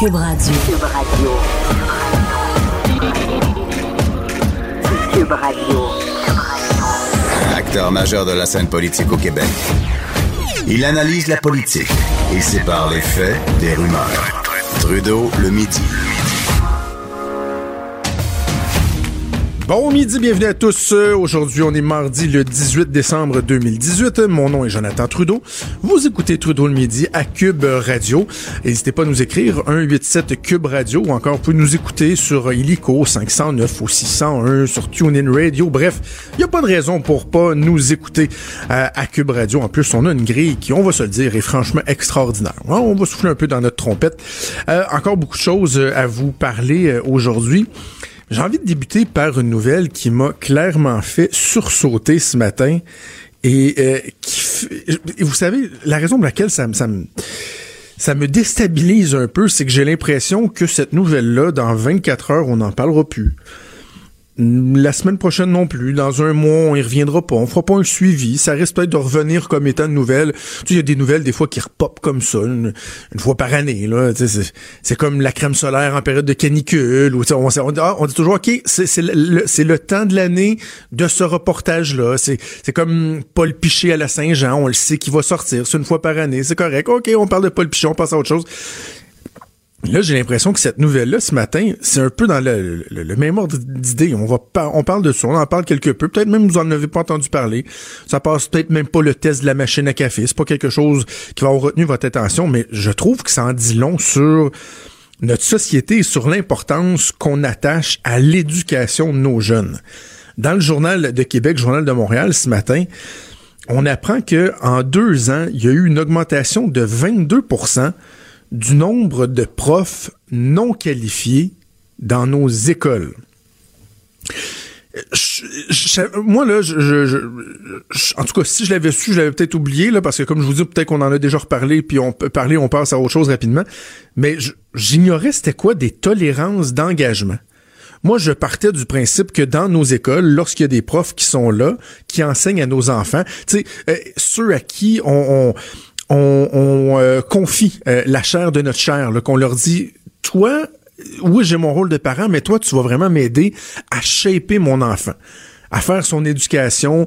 Cube Radio. Cube Radio. Cube Radio. Acteur majeur de la scène politique au Québec. Il analyse la politique et sépare les faits des rumeurs. Trudeau le midi. Bon midi, bienvenue à tous. Aujourd'hui, on est mardi le 18 décembre 2018. Mon nom est Jonathan Trudeau. Vous écoutez Trudeau le midi à Cube Radio. N'hésitez pas à nous écrire 187 Cube Radio ou encore vous pouvez nous écouter sur Illico 509 ou 601 sur TuneIn Radio. Bref, il n'y a pas de raison pour pas nous écouter à Cube Radio. En plus, on a une grille qui, on va se le dire, est franchement extraordinaire. On va souffler un peu dans notre trompette. Encore beaucoup de choses à vous parler aujourd'hui. J'ai envie de débuter par une nouvelle qui m'a clairement fait sursauter ce matin et vous savez, la raison pour laquelle ça me déstabilise un peu, c'est que j'ai l'impression que cette nouvelle-là, dans 24 heures, on n'en parlera plus. La semaine prochaine non plus. Dans un mois, on y reviendra pas. On fera pas un suivi. Ça risque peut-être de revenir comme étant une nouvelle. Tu sais, il y a des nouvelles, des fois, qui repopent comme ça, une fois par année, là. Tu sais, c'est comme la crème solaire en période de canicule. Ou, on dit toujours, OK, c'est le temps de l'année de ce reportage-là. C'est comme Paul Piché à la Saint-Jean. On le sait qu'il va sortir. C'est une fois par année. C'est correct. OK, on parle de Paul Piché. On passe à autre chose. Là, j'ai l'impression que cette nouvelle-là, ce matin, c'est un peu dans le même ordre d'idée. On parle de ça, on en parle quelque peu. Peut-être même vous en avez pas entendu parler. Ça passe peut-être même pas le test de la machine à café. C'est pas quelque chose qui va avoir retenu votre attention, mais je trouve que ça en dit long sur notre société et sur l'importance qu'on attache à l'éducation de nos jeunes. Dans le Journal de Québec, Journal de Montréal, ce matin, on apprend que en 2 ans, il y a eu une augmentation de 22% du nombre de profs non qualifiés dans nos écoles. Moi, là, en tout cas, si je l'avais su, je l'avais peut-être oublié, là, parce que comme je vous dis, peut-être qu'on en a déjà reparlé, puis on passe à autre chose rapidement, mais j'ignorais c'était quoi des tolérances d'engagement. Moi, je partais du principe que dans nos écoles, lorsqu'il y a des profs qui sont là, qui enseignent à nos enfants, tu sais, ceux à qui on confie la chair de notre chair, là, qu'on leur dit, toi, oui, j'ai mon rôle de parent, mais toi, tu vas vraiment m'aider à shaper mon enfant, à faire son éducation,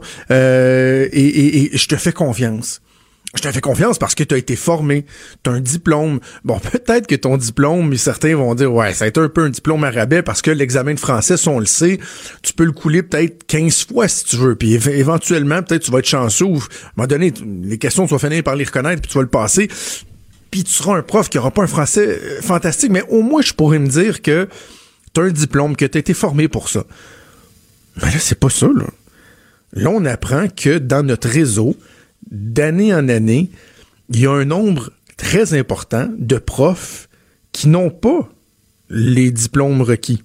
et je te fais confiance. Je te fais confiance parce que tu as été formé, tu as un diplôme. Bon, peut-être que ton diplôme, certains vont dire, ouais, ça a été un peu un diplôme à rabais parce que l'examen de français, si on le sait, tu peux le couler peut-être 15 fois si tu veux. Puis éventuellement, peut-être tu vas être chanceux. À un moment donné, les questions, tu vas finir par les reconnaître puis tu vas le passer. Puis tu seras un prof qui aura pas un français fantastique, mais au moins, je pourrais me dire que tu as un diplôme, que tu as été formé pour ça. Mais là, c'est pas ça, là. Là, on apprend que dans notre réseau, d'année en année, il y a un nombre très important de profs qui n'ont pas les diplômes requis,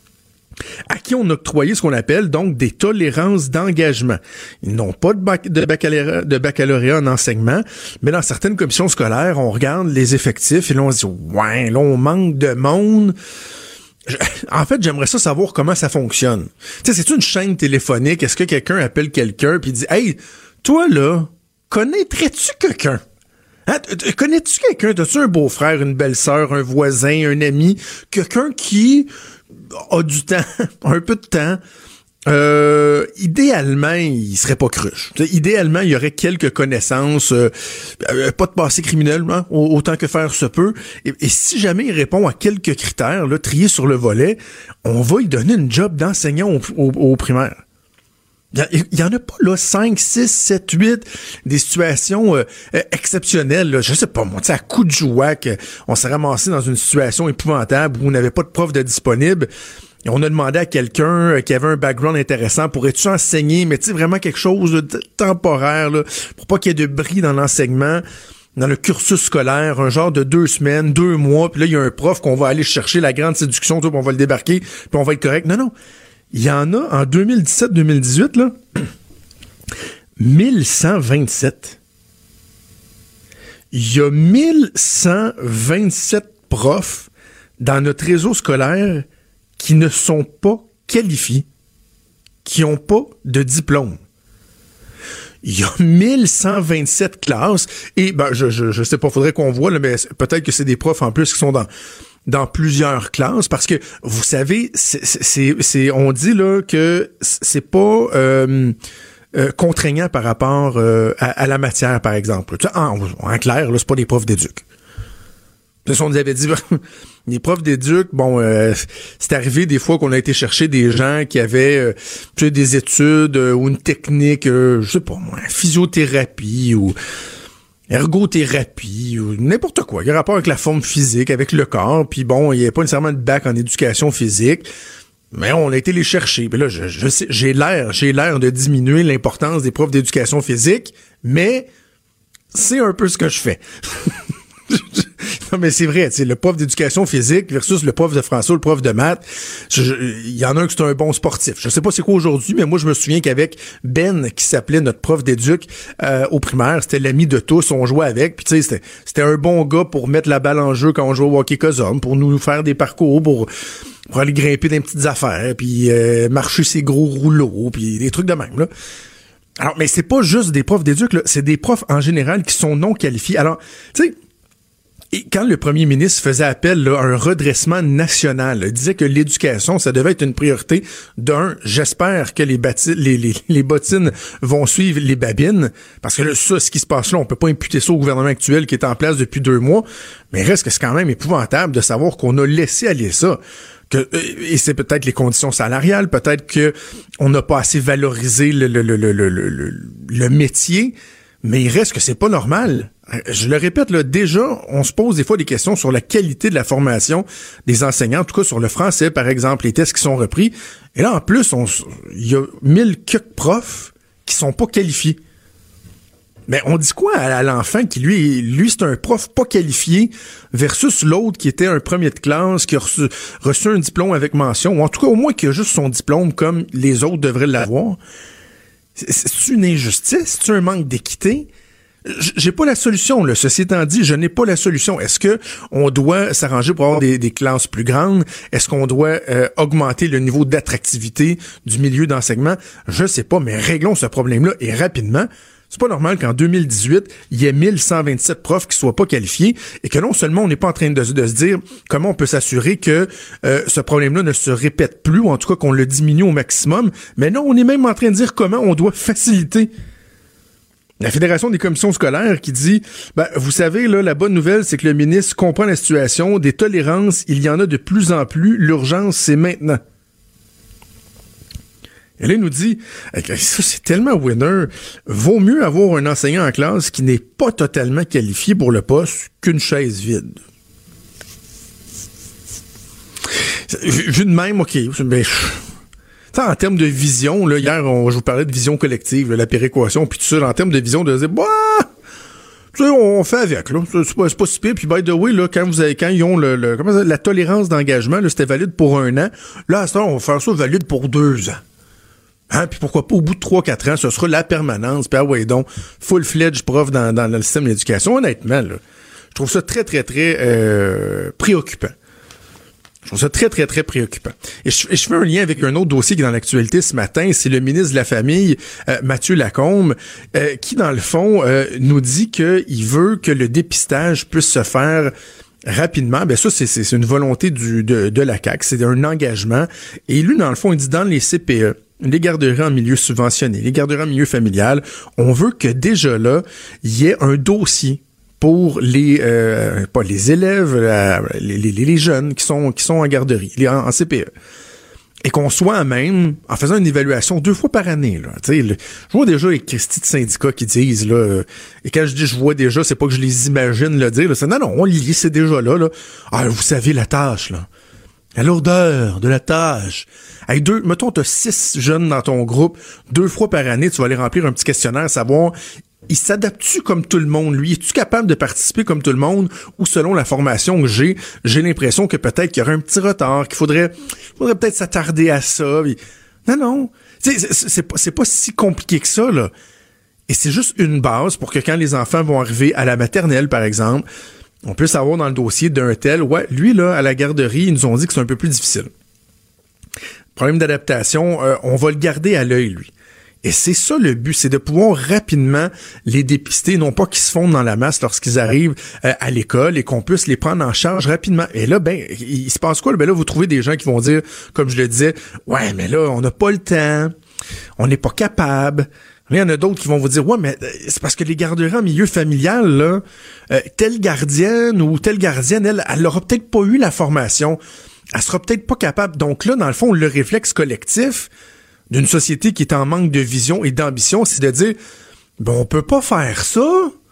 à qui on a octroyé ce qu'on appelle donc des tolérances d'engagement. Ils n'ont pas de baccalauréat en enseignement, mais dans certaines commissions scolaires, on regarde les effectifs et là on se dit « ouais, là on manque de monde ». En fait, j'aimerais ça savoir comment ça fonctionne. Tu sais, c'est une chaîne téléphonique, est-ce que quelqu'un appelle quelqu'un puis dit « Hey, toi là, connaîtrais-tu quelqu'un? Hein? Connais-tu quelqu'un? T'as-tu un beau-frère, une belle-sœur, un voisin, un ami? Quelqu'un qui a du temps, un peu de temps. Idéalement, il serait pas cruche. Idéalement, il y aurait quelques connaissances, pas de passé criminel, hein, autant que faire se peut. Et si jamais il répond à quelques critères, là, triés sur le volet, on va lui donner une job d'enseignant au primaire. Il y en a pas, là, 5, 6, 7, 8, des situations exceptionnelles, là. Je sais pas, moi, tu sais, à coup de jouac, on s'est ramassé dans une situation épouvantable où on n'avait pas de prof de disponible. Et on a demandé à quelqu'un qui avait un background intéressant, pourrais-tu enseigner, mais tu sais, vraiment quelque chose de temporaire, là, pour pas qu'il y ait de bris dans l'enseignement, dans le cursus scolaire, un genre de 2 semaines, 2 mois, puis là, il y a un prof qu'on va aller chercher la grande séduction, puis on va le débarquer, puis on va être correct. Non. Il y en a, en 2017-2018, là, 1127. Il y a 1127 profs dans notre réseau scolaire qui ne sont pas qualifiés, qui n'ont pas de diplôme. Il y a 1127 classes et je sais pas, faudrait qu'on voit là, mais peut-être que c'est des profs en plus qui sont dans plusieurs classes, parce que, vous savez, on dit là que c'est pas contraignant par rapport à la matière, par exemple. Tu sais, en clair, là, c'est pas des profs d'éduc. Si on nous avait dit, les profs d'éduc, c'est arrivé des fois qu'on a été chercher des gens qui avaient des études ou une technique, je sais pas moi, physiothérapie ou ergothérapie ou n'importe quoi, qui a rapport avec la forme physique, avec le corps, puis il n'y avait pas nécessairement de bac en éducation physique, mais on a été les chercher. Puis là, je sais, j'ai l'air de diminuer l'importance des profs d'éducation physique, mais c'est un peu ce que je fais. Non, mais c'est vrai, tu sais, le prof d'éducation physique versus le prof de français ou le prof de maths, il y en a un qui c'est un bon sportif. Je sais pas c'est quoi aujourd'hui, mais moi, je me souviens qu'avec Ben, qui s'appelait notre prof d'éduc au primaire, c'était l'ami de tous, on jouait avec, puis tu sais, c'était un bon gars pour mettre la balle en jeu quand on jouait au hockey cosum, pour nous faire des parcours, pour aller grimper dans les petites affaires, puis marcher ses gros rouleaux, puis des trucs de même, là. Alors, mais c'est pas juste des profs d'éduc, là, c'est des profs en général qui sont non qualifiés. Alors, tu sais, et quand le premier ministre faisait appel là, à un redressement national, il disait que l'éducation, ça devait être une priorité. J'espère que les bottines vont suivre les babines, parce que là, ça, ce qui se passe là, on peut pas imputer ça au gouvernement actuel qui est en place depuis 2 mois, mais reste que c'est quand même épouvantable de savoir qu'on a laissé aller ça. Et c'est peut-être les conditions salariales, peut-être que on n'a pas assez valorisé le métier, mais il reste que c'est pas normal. Je le répète, là, déjà, on se pose des fois des questions sur la qualité de la formation des enseignants, en tout cas sur le français, par exemple, les tests qui sont repris. Et là, en plus, il y a 1000 profs qui sont pas qualifiés. Mais on dit quoi à l'enfant qui, lui, c'est un prof pas qualifié versus l'autre qui était un premier de classe, qui a reçu un diplôme avec mention, ou en tout cas, au moins, qui a juste son diplôme comme les autres devraient l'avoir. C'est une injustice? C'est un manque d'équité? J'ai pas la solution, là. Ceci étant dit, je n'ai pas la solution. Est-ce que on doit s'arranger pour avoir des classes plus grandes? Est-ce qu'on doit augmenter le niveau d'attractivité du milieu d'enseignement? Je sais pas, mais réglons ce problème-là et rapidement. C'est pas normal qu'en 2018, il y ait 1127 profs qui soient pas qualifiés et que non seulement on n'est pas en train de se dire comment on peut s'assurer que ce problème-là ne se répète plus, ou en tout cas qu'on le diminue au maximum, mais non, on est même en train de dire comment on doit faciliter. La Fédération des commissions scolaires qui dit, vous savez, là, la bonne nouvelle, c'est que le ministre comprend la situation, des tolérances, il y en a de plus en plus, l'urgence, c'est maintenant. Et là, il nous dit, ça, c'est tellement winner, vaut mieux avoir un enseignant en classe qui n'est pas totalement qualifié pour le poste qu'une chaise vide. Vu de même, OK, en termes de vision, là, hier, je vous parlais de vision collective, là, la péréquation, puis tout ça, en termes de vision, de dire, tu sais, on fait avec, là. C'est pas si pire. Puis, by the way, là, quand ils ont la tolérance d'engagement, là, c'était valide pour 1 an. Là, à ce temps, on va faire ça valide pour 2 ans. Hein? Puis pourquoi pas, au bout de 3-4 ans, ce sera la permanence. Puis, donc, full-fledged prof dans le système d'éducation. Honnêtement, là, je trouve ça très, très, très préoccupant. Je trouve ça très, très, très préoccupant. Et je fais un lien avec un autre dossier qui est dans l'actualité ce matin. C'est le ministre de la Famille, Mathieu Lacombe, qui, dans le fond, nous dit qu'il veut que le dépistage puisse se faire rapidement. Ben ça, c'est une volonté de la CAQ. C'est un engagement. Et lui, dans le fond, il dit dans les CPE, les garderies en milieu subventionné, les garderies en milieu familial, on veut que déjà là, il y ait un dossier pour pas les élèves, les jeunes qui sont en garderie, en CPE. Et qu'on soit à même, en faisant une évaluation 2 fois par année, là. Tu sais, je vois déjà les Christy de syndicats qui disent, là, et quand je dis je vois déjà, c'est pas que je les imagine le dire, là, c'est non, on lit, c'est déjà là. Ah, vous savez la tâche, là. La lourdeur de la tâche. Avec mettons, t'as 6 jeunes dans ton groupe, 2 fois par année, tu vas aller remplir un petit questionnaire, savoir, il s'adapte-tu comme tout le monde, lui? Es-tu capable de participer comme tout le monde? Ou selon la formation que j'ai l'impression que peut-être qu'il y aurait un petit retard, qu'il faudrait peut-être s'attarder à ça. Non. C'est pas si compliqué que ça, là. Et c'est juste une base pour que quand les enfants vont arriver à la maternelle, par exemple, on peut savoir dans le dossier d'un tel, ouais, lui, là, à la garderie, ils nous ont dit que c'est un peu plus difficile. Problème d'adaptation, on va le garder à l'œil, lui. Et c'est ça le but, c'est de pouvoir rapidement les dépister, non pas qu'ils se fondent dans la masse lorsqu'ils arrivent à l'école et qu'on puisse les prendre en charge rapidement. Et là, ben, il se passe quoi? Ben là, vous trouvez des gens qui vont dire, comme je le disais, ouais, mais là, on n'a pas le temps, on n'est pas capable. Là, il y en a d'autres qui vont vous dire, ouais, mais c'est parce que les garderies en milieu familial, là, telle gardienne ou telle gardienne, elle aura peut-être pas eu la formation, elle sera peut-être pas capable. Donc là, dans le fond, le réflexe collectif d'une société qui est en manque de vision et d'ambition, c'est de dire, ben, on peut pas faire ça.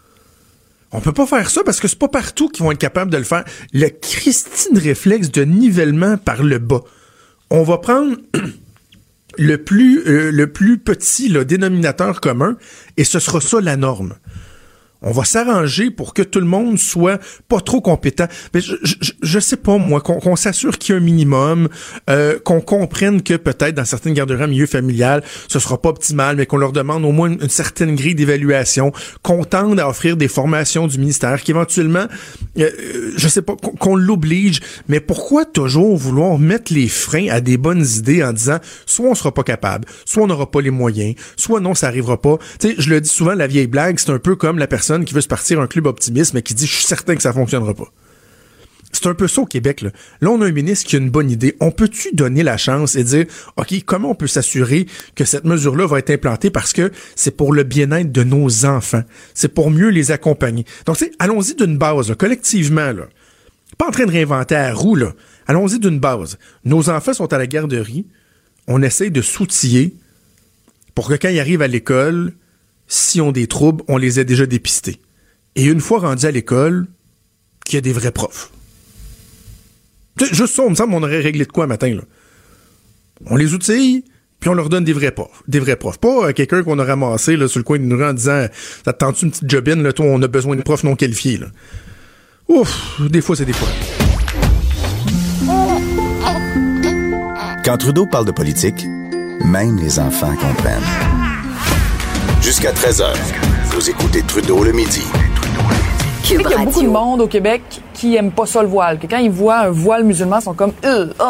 On peut pas faire ça parce que c'est pas partout qu'ils vont être capables de le faire. Le Christine réflexe de nivellement par le bas. On va prendre le plus petit là, dénominateur commun et ce sera ça la norme. On va s'arranger pour que tout le monde soit pas trop compétent. Mais je sais pas, moi, qu'on s'assure qu'il y a un minimum, qu'on comprenne que peut-être dans certaines garderies en milieu familial, ce sera pas optimal, mais qu'on leur demande au moins une certaine grille d'évaluation, qu'on tende à offrir des formations du ministère, qu'éventuellement, je sais pas, qu'on l'oblige. Mais pourquoi toujours vouloir mettre les freins à des bonnes idées en disant, soit on sera pas capable, soit on n'aura pas les moyens, soit non, ça arrivera pas. Tu sais, je le dis souvent, la vieille blague, c'est un peu comme la personne qui veut se partir un club optimiste, mais qui dit « je suis certain que ça fonctionnera pas ». C'est un peu ça au Québec, là. Là, on a un ministre qui a une bonne idée. On peut-tu donner la chance et dire « OK, comment on peut s'assurer que cette mesure-là va être implantée parce que c'est pour le bien-être de nos enfants. C'est pour mieux les accompagner. » Donc, tu sais, allons-y d'une base, là, collectivement, là. Pas en train de réinventer la roue, là. Allons-y d'une base. Nos enfants sont à la garderie. On essaye de s'outiller pour que quand ils arrivent à l'école, s'ils ont des troubles, on les a déjà dépistés. Et une fois rendus à l'école, qu'il y a des vrais profs. Juste ça, on me semble qu'on aurait réglé de quoi matin, là. On les outille, puis on leur donne des vrais profs. Des vrais profs. Pas quelqu'un qu'on a ramassé là, sur le coin de nous en disant « ça te tente une petite jobine, là, toi, on a besoin de profs non qualifiés. » là. Ouf, des fois, c'est des fois. Quand Trudeau parle de politique, même les enfants comprennent. Jusqu'à 13h, vous écoutez Trudeau le midi. Tu sais qu'il y a beaucoup de monde au Québec qui aime pas ça le voile, que quand ils voient un voile musulman, ils sont comme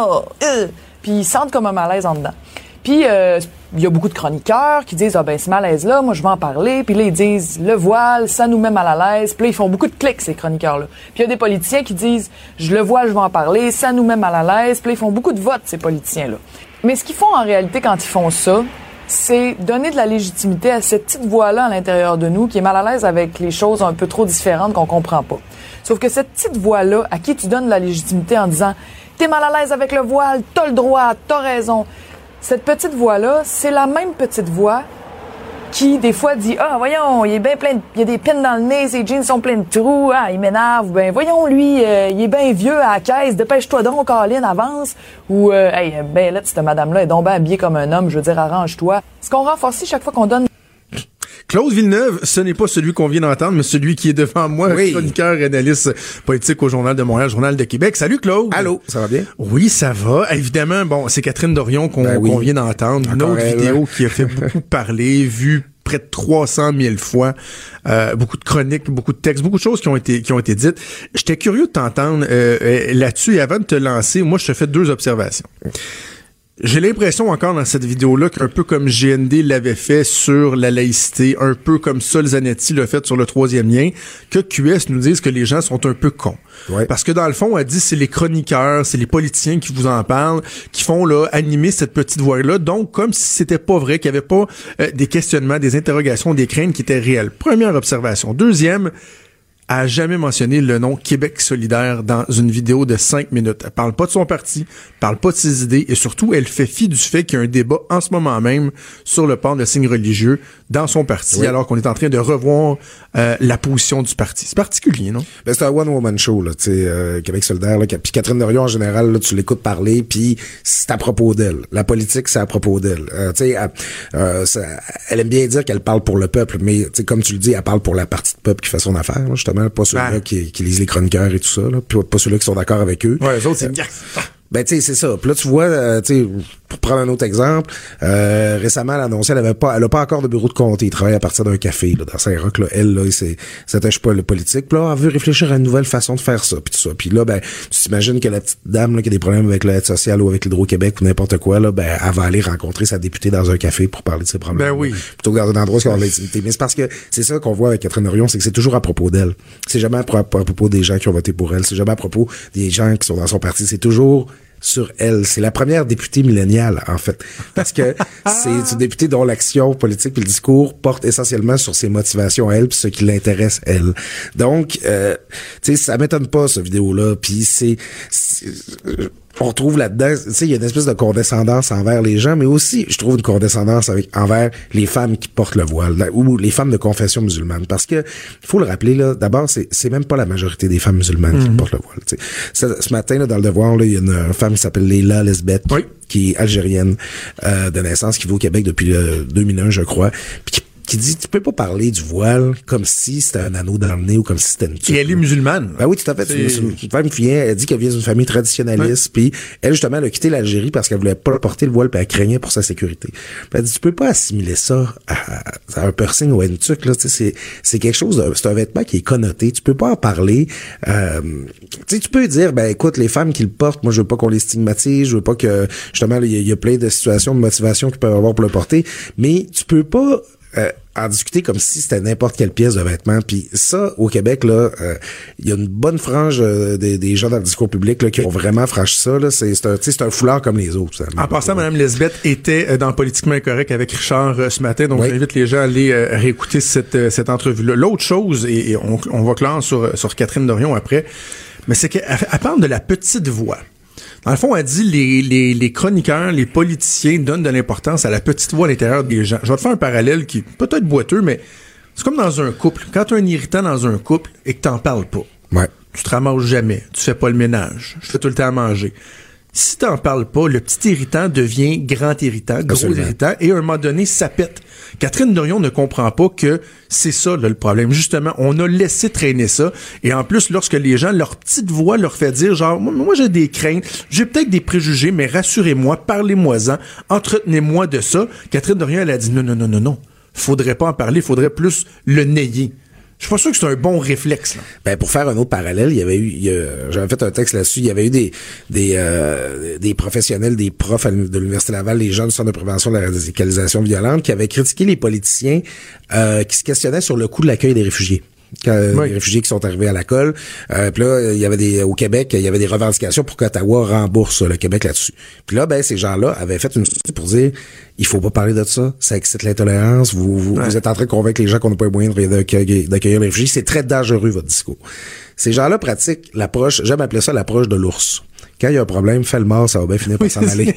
puis ils sentent comme un malaise en dedans. Puis il y a beaucoup de chroniqueurs qui disent ce malaise-là, moi je vais en parler. Puis là ils disent le voile, ça nous met mal à l'aise. Puis là ils font beaucoup de clics ces chroniqueurs-là. Puis il y a des politiciens qui disent le voile, je vais en parler, ça nous met mal à l'aise. Puis là ils font beaucoup de votes ces politiciens-là. Mais ce qu'ils font en réalité quand ils font ça, c'est donner de la légitimité à cette petite voix-là à l'intérieur de nous qui est mal à l'aise avec les choses un peu trop différentes qu'on comprend pas. Sauf que cette petite voix-là, à qui tu donnes de la légitimité en disant « T'es mal à l'aise avec le voile, t'as le droit, t'as raison », cette petite voix-là, c'est la même petite voix qui, des fois, dit « Ah, voyons, il est bien plein il y a des pins dans le nez, ses jeans sont pleins de trous, ah, il m'énerve. » Ben, voyons, lui, il est bien vieux à la caisse, dépêche-toi donc, Caroline, avance. Ou, hey, ben là, cette madame-là est donc bien habillée comme un homme, je veux dire, arrange-toi. Ce qu'on renforce chaque fois qu'on donne. Claude Villeneuve, ce n'est pas celui qu'on vient d'entendre, mais celui qui est devant moi, oui. Chroniqueur et analyste politique au Journal de Montréal, Journal de Québec. Salut Claude! Allô, ça va bien? Oui, ça va. Évidemment, bon, c'est Catherine Dorion qu'on vient d'entendre. Une autre vidéo qui a fait beaucoup parler, vue près de 300 000 fois, beaucoup de chroniques, beaucoup de textes, beaucoup de choses qui ont été dites. J'étais curieux de t'entendre là-dessus et avant de te lancer, moi, je te fais deux observations. J'ai l'impression encore dans cette vidéo-là qu'un peu comme GND l'avait fait sur la laïcité, un peu comme Sol Zanetti l'a fait sur le troisième lien, que QS nous dise que les gens sont un peu cons. Ouais. Parce que dans le fond, elle dit c'est les chroniqueurs, c'est les politiciens qui vous en parlent, qui font là animer cette petite voix-là. Donc, comme si c'était pas vrai, qu'il y avait pas des questionnements, des interrogations, des craintes qui étaient réelles. Première observation. Deuxième, a jamais mentionné le nom Québec solidaire dans une vidéo de 5 minutes. Elle parle pas de son parti, parle pas de ses idées et surtout, elle fait fi du fait qu'il y a un débat en ce moment même sur le port de signes religieux dans son parti, alors qu'on est en train de revoir la position du parti. C'est particulier, non? Ben, c'est un one-woman show, là, tu sais, Québec solidaire, là, puis Catherine Dorion, en général, là, tu l'écoutes parler, puis c'est à propos d'elle. La politique, c'est à propos d'elle. Tu sais, elle aime bien dire qu'elle parle pour le peuple, mais, tu sais, comme tu le dis, elle parle pour la partie de peuple qui fait son affaire, là, justement. Pas ceux-là qui lisent les chroniqueurs et tout ça, là, puis pas ceux-là qui sont d'accord avec eux. Ouais, les autres, c'est ben, tu sais, c'est ça. Puis là, tu vois, tu sais, pour prendre un autre exemple, récemment, elle a annoncé elle a pas encore de bureau de comté. Il travaille à partir d'un café, là, dans Saint-Roch, là. Elle, là, ça s'attache pas à la politique. Puis là, elle veut réfléchir à une nouvelle façon de faire ça, puis tout ça. Puis là, ben, tu t'imagines que la petite dame, là, qui a des problèmes avec l'aide sociale ou avec l'Hydro-Québec ou n'importe quoi, là, ben, elle va aller rencontrer sa députée dans un café pour parler de ses problèmes. Ben oui. Plutôt que dans un endroit où il y a de l'intimité. Mais c'est parce que c'est ça qu'on voit avec Catherine Dorion, c'est que c'est toujours à propos d'elle. C'est jamais à propos des gens qui ont voté pour elle. C'est jamais à propos des gens qui sont dans son parti. C'est toujours sur elle. C'est la première députée milléniale, en fait. Parce que c'est une députée dont l'action politique et le discours portent essentiellement sur ses motivations à elle puis ce qui l'intéresse, elle. Donc, tu sais, ça m'étonne pas, cette vidéo-là. Puis on retrouve là-dedans, tu sais, il y a une espèce de condescendance envers les gens, mais aussi, je trouve une condescendance envers les femmes qui portent le voile, ou les femmes de confession musulmane. Parce que, il faut le rappeler, là, d'abord, c'est même pas la majorité des femmes musulmanes qui portent le voile, tu sais. Ce matin, là, dans le Devoir, là, il y a une femme qui s'appelle Leila Lesbeth, qui est algérienne, de naissance, qui vit au Québec depuis 2001, je crois, puis qui dit, tu peux pas parler du voile comme si c'était un anneau dans le nez ou comme si c'était une tuque. Et elle est musulmane. Ben oui, tout à fait. C'est une femme qui vient, elle dit qu'elle vient d'une famille traditionnaliste, puis elle, justement, elle a quitté l'Algérie parce qu'elle voulait pas porter le voile puis elle craignait pour sa sécurité. Puis elle dit, tu peux pas assimiler ça à un piercing ou à une tuque, là. Tu sais, c'est quelque chose, c'est un vêtement qui est connoté. Tu peux pas en parler. Tu sais, tu peux dire, ben écoute, les femmes qui le portent, moi, je veux pas qu'on les stigmatise, je veux pas que, justement, il y a plein de situations de motivation qu'ils peuvent avoir pour le porter, mais tu peux pas en discuter comme si c'était n'importe quelle pièce de vêtement. Puis ça, au Québec, là, il y a une bonne frange des gens dans le discours public là, qui ont vraiment franchi ça. Là. C'est un foulard comme les autres. En passant, Mme Lesbeth était dans Politiquement Incorrect avec Richard ce matin, donc j'invite les gens à aller réécouter cette entrevue-là. L'autre chose, et on va clore sur Catherine Dorion après, mais c'est qu'elle parle de la petite voix. Dans le fond, elle dit les chroniqueurs, les politiciens donnent de l'importance à la petite voix à l'intérieur des gens. Je vais te faire un parallèle qui peut être boiteux, mais c'est comme dans un couple. Quand tu as un irritant dans un couple et que t'en parles pas, tu te ramasses jamais, tu fais pas le ménage, je fais tout le temps à manger. Si t'en parles pas, le petit irritant devient grand irritant, gros irritant, et à un moment donné, ça pète. Catherine Dorion ne comprend pas que c'est ça là, le problème. Justement, on a laissé traîner ça, et en plus, lorsque les gens, leur petite voix leur fait dire, genre, moi j'ai des craintes, j'ai peut-être des préjugés, mais rassurez-moi, parlez-moi-en, entretenez-moi de ça. Catherine Dorion, elle a dit, non, faudrait pas en parler, faudrait plus le nier. Je suis pas sûr que c'est un bon réflexe, là. Ben, pour faire un autre parallèle, j'avais fait un texte là-dessus, il y avait eu des professionnels, des profs de l'Université Laval, des gens du Centre de prévention de la radicalisation violente, qui avaient critiqué les politiciens, qui se questionnaient sur le coût de l'accueil des réfugiés. Les réfugiés qui sont arrivés à la colle. Puis là, il y avait au Québec, il y avait des revendications pour qu'Ottawa rembourse le Québec là-dessus. Puis là, ben, ces gens-là avaient fait une étude pour dire, il faut pas parler de ça excite l'intolérance, vous êtes en train de convaincre les gens qu'on n'a pas les moyens d'accueillir les réfugiés. C'est très dangereux, votre discours. Ces gens-là pratiquent l'approche, j'aime appeler ça l'approche de l'ours. Quand il y a un problème, fais le mort, ça va bien finir par s'en aller.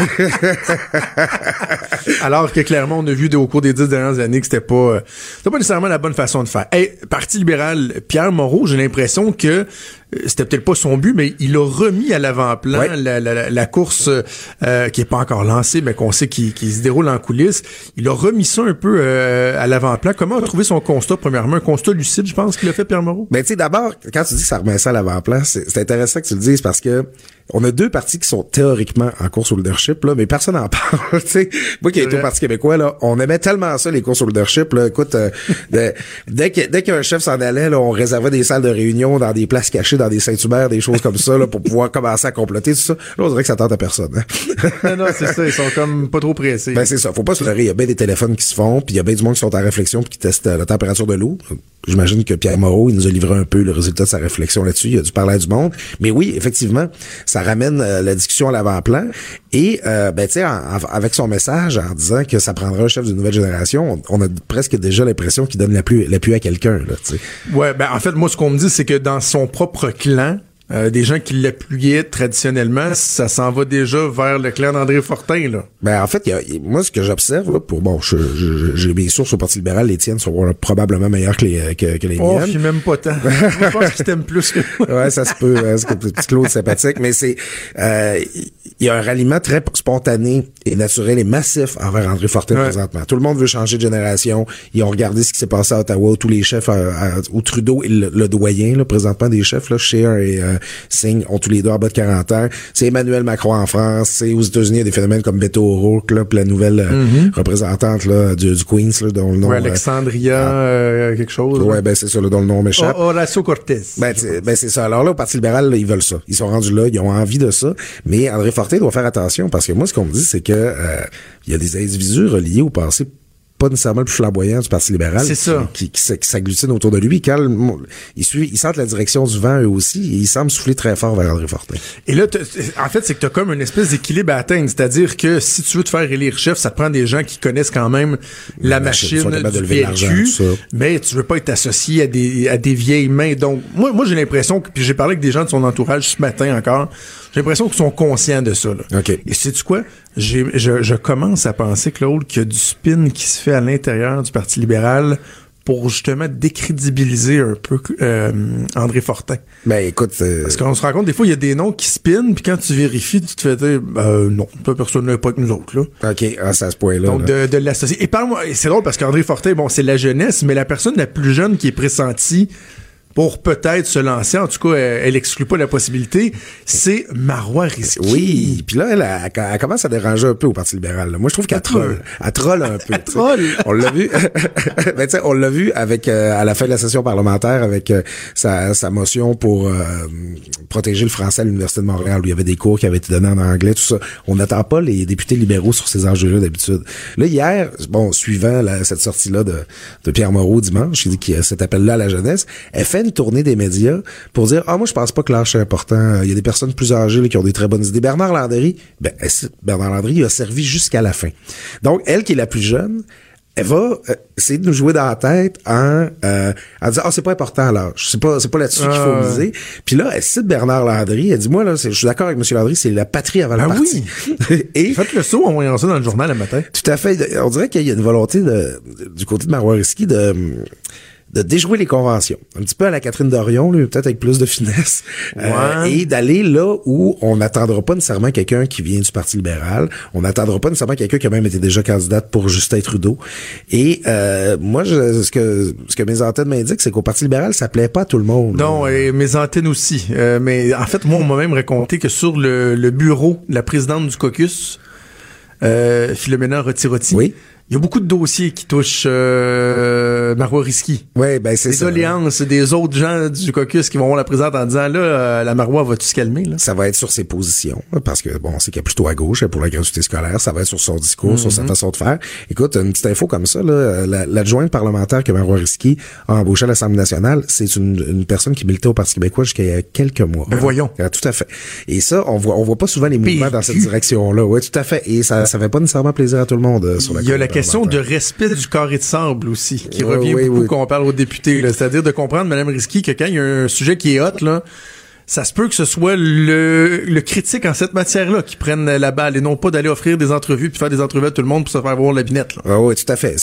Alors que clairement, on a vu au cours des 10 dernières années que c'était pas nécessairement la bonne façon de faire. Parti libéral, Pierre Moreau, j'ai l'impression que c'était peut-être pas son but, mais il a remis à l'avant-plan la course qui est pas encore lancée, mais qu'on sait qui se déroule en coulisses. Il a remis ça un peu à l'avant-plan. Comment a trouvé son constat, premièrement? Un constat lucide, je pense, qu'il a fait, Pierre Moreau? Ben, tu sais, d'abord, quand tu dis que ça remet ça à l'avant-plan, c'est intéressant que tu le dises parce que on a deux partis qui sont théoriquement en course au leadership, là, mais personne n'en parle. Tu sais, moi qui étais au Parti québécois, là, on aimait tellement ça, les courses au leadership. Là, écoute, dès qu'un chef s'en allait, là, on réservait des salles de réunion dans des places cachées, dans des Saint-Hubert, des choses comme ça, là, pour pouvoir commencer à comploter tout ça. Là, on dirait que ça tente à personne. Hein? Non, c'est ça, ils sont comme pas trop pressés. Ben c'est ça, faut pas se leurrer. Il y a bien des téléphones qui se font, puis il y a bien du monde qui sont en réflexion puis qui testent la température de l'eau. J'imagine que Pierre Moreau, il nous a livré un peu le résultat de sa réflexion là-dessus. Il a dû parler à du monde. Mais oui, effectivement, ça ramène la discussion à l'avant-plan. Et, ben, tu sais, avec son message, en disant que ça prendra un chef d'une nouvelle génération, on a presque déjà l'impression qu'il donne l'appui à quelqu'un, là, tu sais. Ouais, ben, en fait, moi, ce qu'on me dit, c'est que dans son propre clan, des gens qui l'appuyaient traditionnellement, ça s'en va déjà vers le clan d'André Fortin, là. Ben, en fait, moi, ce que j'observe, là, j'ai mes sources au Parti libéral, les tiennes sont probablement meilleures que les miennes. Oh, puis même pas tant. Je pense qu'ils t'aiment plus que ouais, ça se peut, c'est un petit Claude sympathique, mais c'est, il y a un ralliement très spontané et naturel et massif envers André Fortin présentement. Tout le monde veut changer de génération. Ils ont regardé ce qui s'est passé à Ottawa, tous les chefs, où Trudeau est le doyen, là, présentement des chefs, là, Scheer signe ont tous les deux en bas de 40 ans. C'est Emmanuel Macron en France. C'est aux États-Unis, il y a des phénomènes comme Beto O'Rourke, là, puis la nouvelle représentante là, du Queens, là, dont le nom... Ouais, Alexandria, quelque chose. Ouais, ben c'est ça, là, dont le nom m'échappe. Horacio Cortés. Ben c'est ça. Alors là, au Parti libéral, là, ils veulent ça. Ils sont rendus là, ils ont envie de ça. Mais André Fortin doit faire attention, parce que moi, ce qu'on me dit, c'est que il y a des individus reliés au passé pas nécessairement le plus flamboyant du Parti libéral. C'est ça. Qui s'agglutinent autour de lui. Quand ils sentent la direction du vent, eux aussi, et ils semblent souffler très fort vers André Fortin. Et là, en fait, c'est que t'as comme une espèce d'équilibre à atteindre. C'est-à-dire que si tu veux te faire élire chef, ça te prend des gens qui connaissent quand même la machine du PLQ, mais tu veux pas être associé à des vieilles mains. Donc, moi j'ai l'impression que, puis j'ai parlé avec des gens de son entourage ce matin encore, j'ai l'impression qu'ils sont conscients de ça, là. Okay. Et sais-tu quoi? Je commence à penser, Claude, qu'il y a du spin qui se fait à l'intérieur du Parti libéral pour justement décrédibiliser un peu André Fortin. Ben écoute... Parce qu'on se rend compte, des fois, il y a des noms qui spinent, puis quand tu vérifies, tu te fais dire, non, personne n'est pas que nous autres, là. OK, c'est à ce point-là. Donc, là. de l'associer. Et parle-moi, c'est drôle parce qu'André Fortin, bon, c'est la jeunesse, mais la personne la plus jeune qui est pressentie pour peut-être se lancer, en tout cas, elle exclut pas la possibilité, c'est Marois Risky. Oui, puis là, elle commence à déranger un peu au Parti libéral. Là. Moi, je trouve qu'elle troll. Elle troll un peu. Elle troll. On l'a vu. Ben, tu sais, on l'a vu avec à la fin de la session parlementaire avec sa motion pour protéger le français à l'Université de Montréal, où il y avait des cours qui avaient été donnés en anglais, tout ça. On n'attend pas les députés libéraux sur ces enjeux-là d'habitude. Là, hier, bon, suivant cette sortie-là de Pierre Moreau dimanche, il dit qu'il y a cet appel-là à la jeunesse, elle fait une tournée des médias pour dire moi je pense pas que l'âge c'est important, il y a des personnes plus âgées là, qui ont des très bonnes idées. Bernard Landry, Bernard Landry il a servi jusqu'à la fin. Donc elle qui est la plus jeune, elle va essayer de nous jouer dans la tête en disant c'est pas important l'âge, c'est pas là-dessus qu'il faut miser. Puis là elle cite Bernard Landry, elle dit moi là je suis d'accord avec monsieur Landry, c'est la patrie avant le parti. Oui. Et faites le saut en voyant ça dans le journal le matin. Tout à fait, on dirait qu'il y a une volonté du côté de Marois Risky de déjouer les conventions. Un petit peu à la Catherine Dorion, là, peut-être avec plus de finesse. Et d'aller là où on n'attendra pas nécessairement quelqu'un qui vient du Parti libéral. On n'attendra pas nécessairement quelqu'un qui a même été déjà candidate pour Justin Trudeau. Et moi, ce que mes antennes m'indiquent, c'est qu'au Parti libéral, ça plaît pas à tout le monde. Non, et mes antennes aussi. Mais en fait, moi, on m'a même raconté que sur le bureau de la présidente du caucus, Philomena Rottirotti, oui. Il y a beaucoup de dossiers qui touchent Marois Risky. Ouais, ben c'est ça. Des doléances des autres gens du caucus qui vont voir la présidente en disant la Marois va-tu se calmer là? Ça va être sur ses positions parce que bon, c'est qu'elle est plutôt à gauche pour la gratuité scolaire, ça va être sur son discours, sur sa façon de faire. Écoute, une petite info comme ça là, l'adjointe parlementaire que Marois Risky a embauché à l'Assemblée nationale, c'est une personne qui militait au Parti québécois jusqu'à il y a quelques mois. Ben voyons. Tout à fait. Et ça, on voit pas souvent les mouvements dans cette direction-là. Ouais, tout à fait. Et ça fait pas nécessairement plaisir à tout le monde sur la. Il y a la question de respect du carré de sable aussi, qui revient beaucoup quand on parle aux députés. Là. C'est-à-dire de comprendre, Mme Risky, que quand il y a un sujet qui est hot, là, ça se peut que ce soit le critique en cette matière-là qui prenne la balle et non pas d'aller offrir des entrevues puis faire des entrevues à tout le monde pour se faire voir la binette. Là. Ah oui, tout à fait.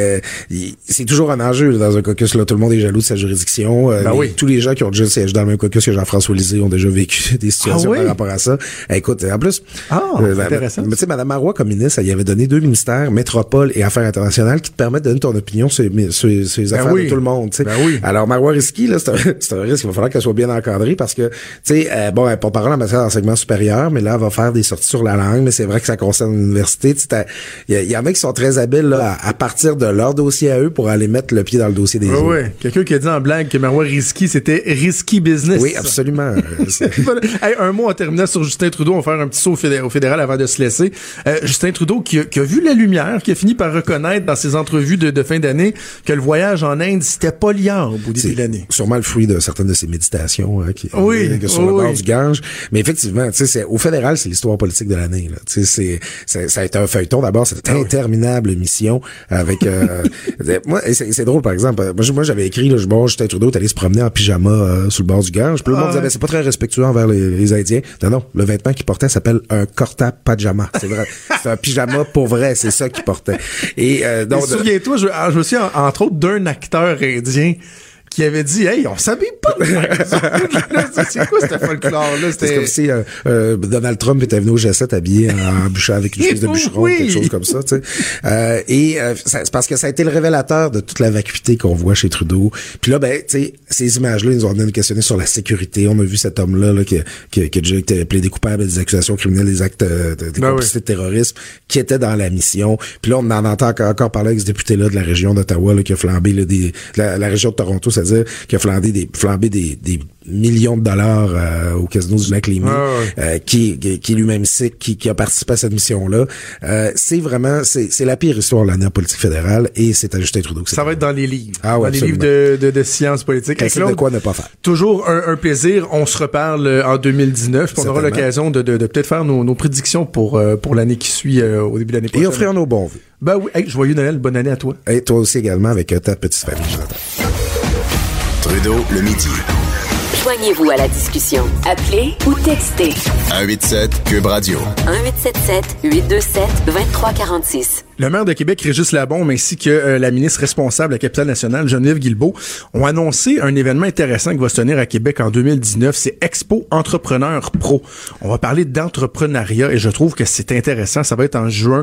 C'est toujours un enjeu là, dans un caucus. Là. Tout le monde est jaloux de sa juridiction. Oui. Tous les gens qui ont déjà siégé dans le même caucus que Jean-François Lisée ont déjà vécu des situations par rapport à ça. Écoute, en plus... c'est intéressant. Tu sais, Mme Marois, comme ministre, elle y avait donné 2 ministères, Métropole et Affaires internationales, qui te permettent de donner ton opinion sur les affaires de tout le monde. T'sais. Oui. Alors, Marois Risky, là, c'est un risque. Il va falloir qu'elle soit bien encadrée parce que, tu sais, elle porte-parole en matière d'enseignement supérieur, mais là, elle va faire des sorties sur la langue, mais c'est vrai que ça concerne l'université. Il y en a qui sont très habiles là, à partir de leur dossier à eux pour aller mettre le pied dans le dossier des autres. Oui, quelqu'un qui a dit en blague que Marois Risky, c'était risky business. Oui, absolument. Hey, un mot en terminant sur Justin Trudeau, on va faire un petit saut au fédéral avant de se laisser. Justin Trudeau qui a vu la lumière, qui a fini par reconnaître dans ses entrevues de fin d'année que le voyage en Inde, c'était pas liable au début de l'année. Sûrement le fruit de certaines de ses méditations sur le bord du Gange. Mais effectivement, tu sais, au fédéral, c'est l'histoire politique de l'année. Tu sais, ça a été un feuilleton d'abord, cette interminable émission avec. Moi, c'est drôle par exemple. Moi, j'avais écrit Justin Trudeau est allé se promener en pyjama sur le bord du Gange. Puis le monde disait c'est pas très respectueux envers les Indiens. Non, le vêtement qu'il portait s'appelle un kurta pajama. C'est vrai, c'est un pyjama pour vrai. C'est ça qu'il portait. Et donc, souviens-toi, je me souviens entre autres d'un acteur indien qui avait dit, hey, on s'habille pas. C'est quoi cette folklore-là? C'est comme si Donald Trump était venu au G7 habillé en bûcheron avec une chemise de bûcheron, quelque chose comme ça, tu sais. C'est parce que ça a été le révélateur de toute la vacuité qu'on voit chez Trudeau. Puis là, ben, tu sais, ces images-là, ils nous ont amené à nous questionner sur la sécurité. On a vu cet homme-là là, qui a déjà été plaidé coupable des accusations criminelles, des actes de complicité de terrorisme, qui était dans la mission. Puis là, on en entend encore parler avec ce député-là de la région d'Ottawa là, qui a flambé là, la région de Toronto, c'est-à-dire qui a flambé des millions de dollars au casino du lac Lémy, qui lui-même sait qui a participé à cette mission-là. C'est vraiment c'est la pire histoire de l'année en politique fédérale et c'est à Justin Trudeau. Ça va être dans les livres. Ah ouais, dans les livres de sciences politiques. C'est de quoi ne pas faire. Toujours un plaisir. On se reparle en 2009. On aura l'occasion de peut-être faire nos prédictions pour l'année qui suit au début de l'année prochaine. Et offrir nos bons vœux. Ben oui. Hey, joyeux Noël. Bonne année à toi. Et toi aussi également avec ta petite famille, Jonathan. Trudeau, le midi. Joignez-vous à la discussion. Appelez ou textez. 187 Cube Radio. 1877-827-2346. Le maire de Québec, Régis Labombe, ainsi que la ministre responsable de la capitale nationale, Geneviève Guilbeault, ont annoncé un événement intéressant qui va se tenir à Québec en 2019. C'est Expo Entrepreneur Pro. On va parler d'entrepreneuriat et je trouve que c'est intéressant. Ça va être en juin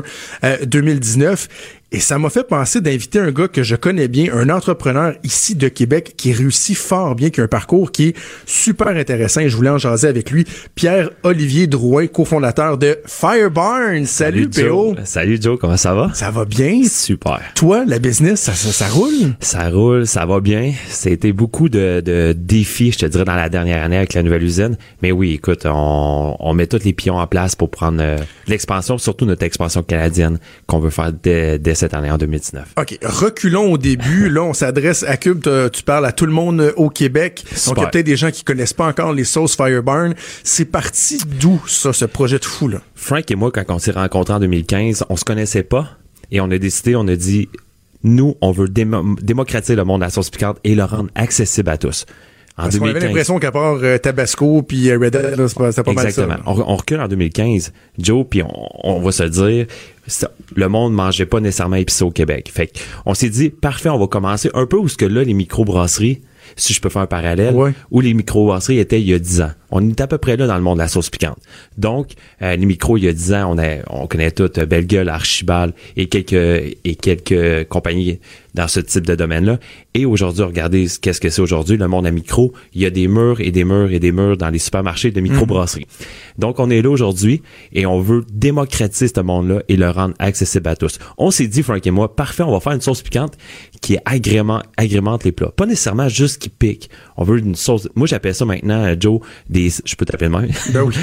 2019. Et ça m'a fait penser d'inviter un gars que je connais bien, un entrepreneur ici de Québec qui réussit fort bien, qui a un parcours qui est super intéressant. Et je voulais en jaser avec lui, Pierre-Olivier Drouin, cofondateur de Firebarn. Salut PO. Salut Joe, comment ça va? Ça va bien? Super. Toi, la business, ça roule? Ça roule, ça va bien. Ça a été beaucoup de défis, je te dirais, dans la dernière année avec la nouvelle usine. Mais oui, écoute, on met tous les pions en place pour prendre l'expansion, surtout notre expansion canadienne qu'on veut faire dès cette année, en 2019. OK. Reculons au début. Là, on s'adresse à Cube. Tu parles à tout le monde au Québec. Super. Donc, il y a peut-être des gens qui connaissent pas encore les sauces Firebarn. C'est parti d'où, ça, ce projet de fou, là? Frank et moi, quand on s'est rencontrés en 2015, on se connaissait pas et on a dit, nous, on veut démocratiser le monde à la sauce piquante et le rendre accessible à tous. Parce qu'on avait l'impression qu'à part Tabasco puis Red Dead, c'était pas mal ça. Exactement. On recule en 2015, Joe, puis on va se dire, le monde mangeait pas nécessairement épicé au Québec. Fait qu'on s'est dit, parfait, on va commencer un peu où ce que là, les microbrasseries, si je peux faire un parallèle, où les microbrasseries étaient il y a 10 ans. On est à peu près là dans le monde de la sauce piquante. Donc, les micros, il y a 10 ans, on connaît toutes Belle Gueule, Archibald et quelques compagnies dans ce type de domaine-là. Et aujourd'hui, regardez qu'est-ce que c'est aujourd'hui, le monde à micro. Il y a des murs et des murs et des murs dans les supermarchés de microbrasseries. Donc, on est là aujourd'hui et on veut démocratiser ce monde-là et le rendre accessible à tous. On s'est dit, Frank et moi, parfait, on va faire une sauce piquante qui agrémente les plats. Pas nécessairement juste qui pique. On veut une sauce, moi j'appelle ça maintenant, Joe, je peux t'appeler de même? Ben oui.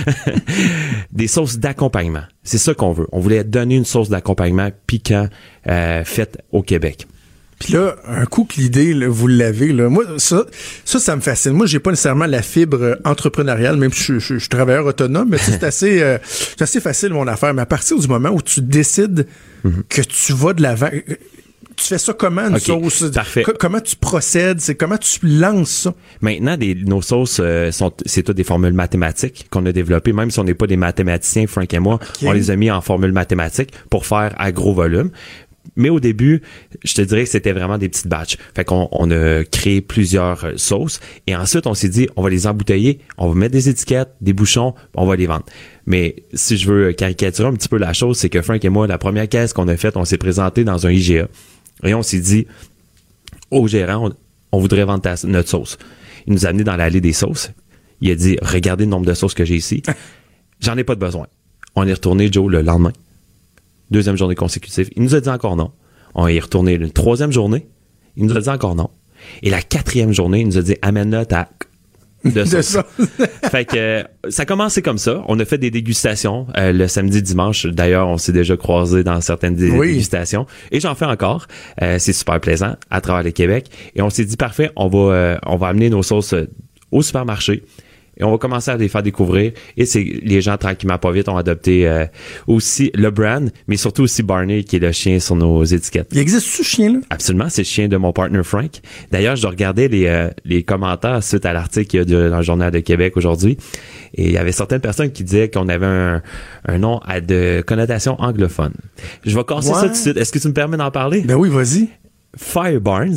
Des sauces d'accompagnement. C'est ça qu'on veut. On voulait donner une sauce d'accompagnement piquant faite au Québec. Puis là, un coup que l'idée, là, vous l'avez, là, moi, ça me fascine. Moi, j'ai pas nécessairement la fibre entrepreneuriale, même si je suis travailleur autonome, mais c'est assez facile, mon affaire. Mais à partir du moment où tu décides que tu vas de l'avant, tu fais ça comment, une sauce? Parfait. Comment tu procèdes? Comment tu lances ça? Maintenant, nos sauces, c'est toutes des formules mathématiques qu'on a développées. Même si on n'est pas des mathématiciens, Frank et moi, on les a mis en formules mathématiques pour faire à gros volume. Mais au début, je te dirais que c'était vraiment des petites batches. Fait qu'on a créé plusieurs sauces et ensuite on s'est dit on va les embouteiller, on va mettre des étiquettes, des bouchons, on va les vendre. Mais si je veux caricaturer un petit peu la chose, c'est que Frank et moi, la première caisse qu'on a faite, on s'est présenté dans un IGA et on s'est dit au gérant, on voudrait vendre notre sauce. Il nous a amené dans l'allée des sauces. Il a dit regardez le nombre de sauces que j'ai ici. J'en ai pas de besoin. On est retourné, Joe, le lendemain. Deuxième journée consécutive. Il nous a dit encore non. On est retourné une troisième journée. Il nous a dit encore non. Et la quatrième journée, il nous a dit amène-le ta de sauce. Fait que ça a commencé comme ça. On a fait des dégustations le samedi, dimanche. D'ailleurs, on s'est déjà croisés dans certaines dégustations. Et j'en fais encore. C'est super plaisant à travers le Québec. Et on s'est dit parfait, on va amener nos sauces au supermarché. Et on va commencer à les faire découvrir. Et les gens, tranquillement, pas vite, ont adopté aussi le brand, mais surtout aussi Barney, qui est le chien sur nos étiquettes. Il existe ce chien-là? Absolument, c'est le chien de mon partner Frank. D'ailleurs, je regardais les commentaires suite à l'article qu'il y a dans le Journal de Québec aujourd'hui. Et il y avait certaines personnes qui disaient qu'on avait un nom à de connotation anglophone. Je vais casser ça tout de suite. Est-ce que tu me permets d'en parler? Ben oui, vas-y. Firebarns,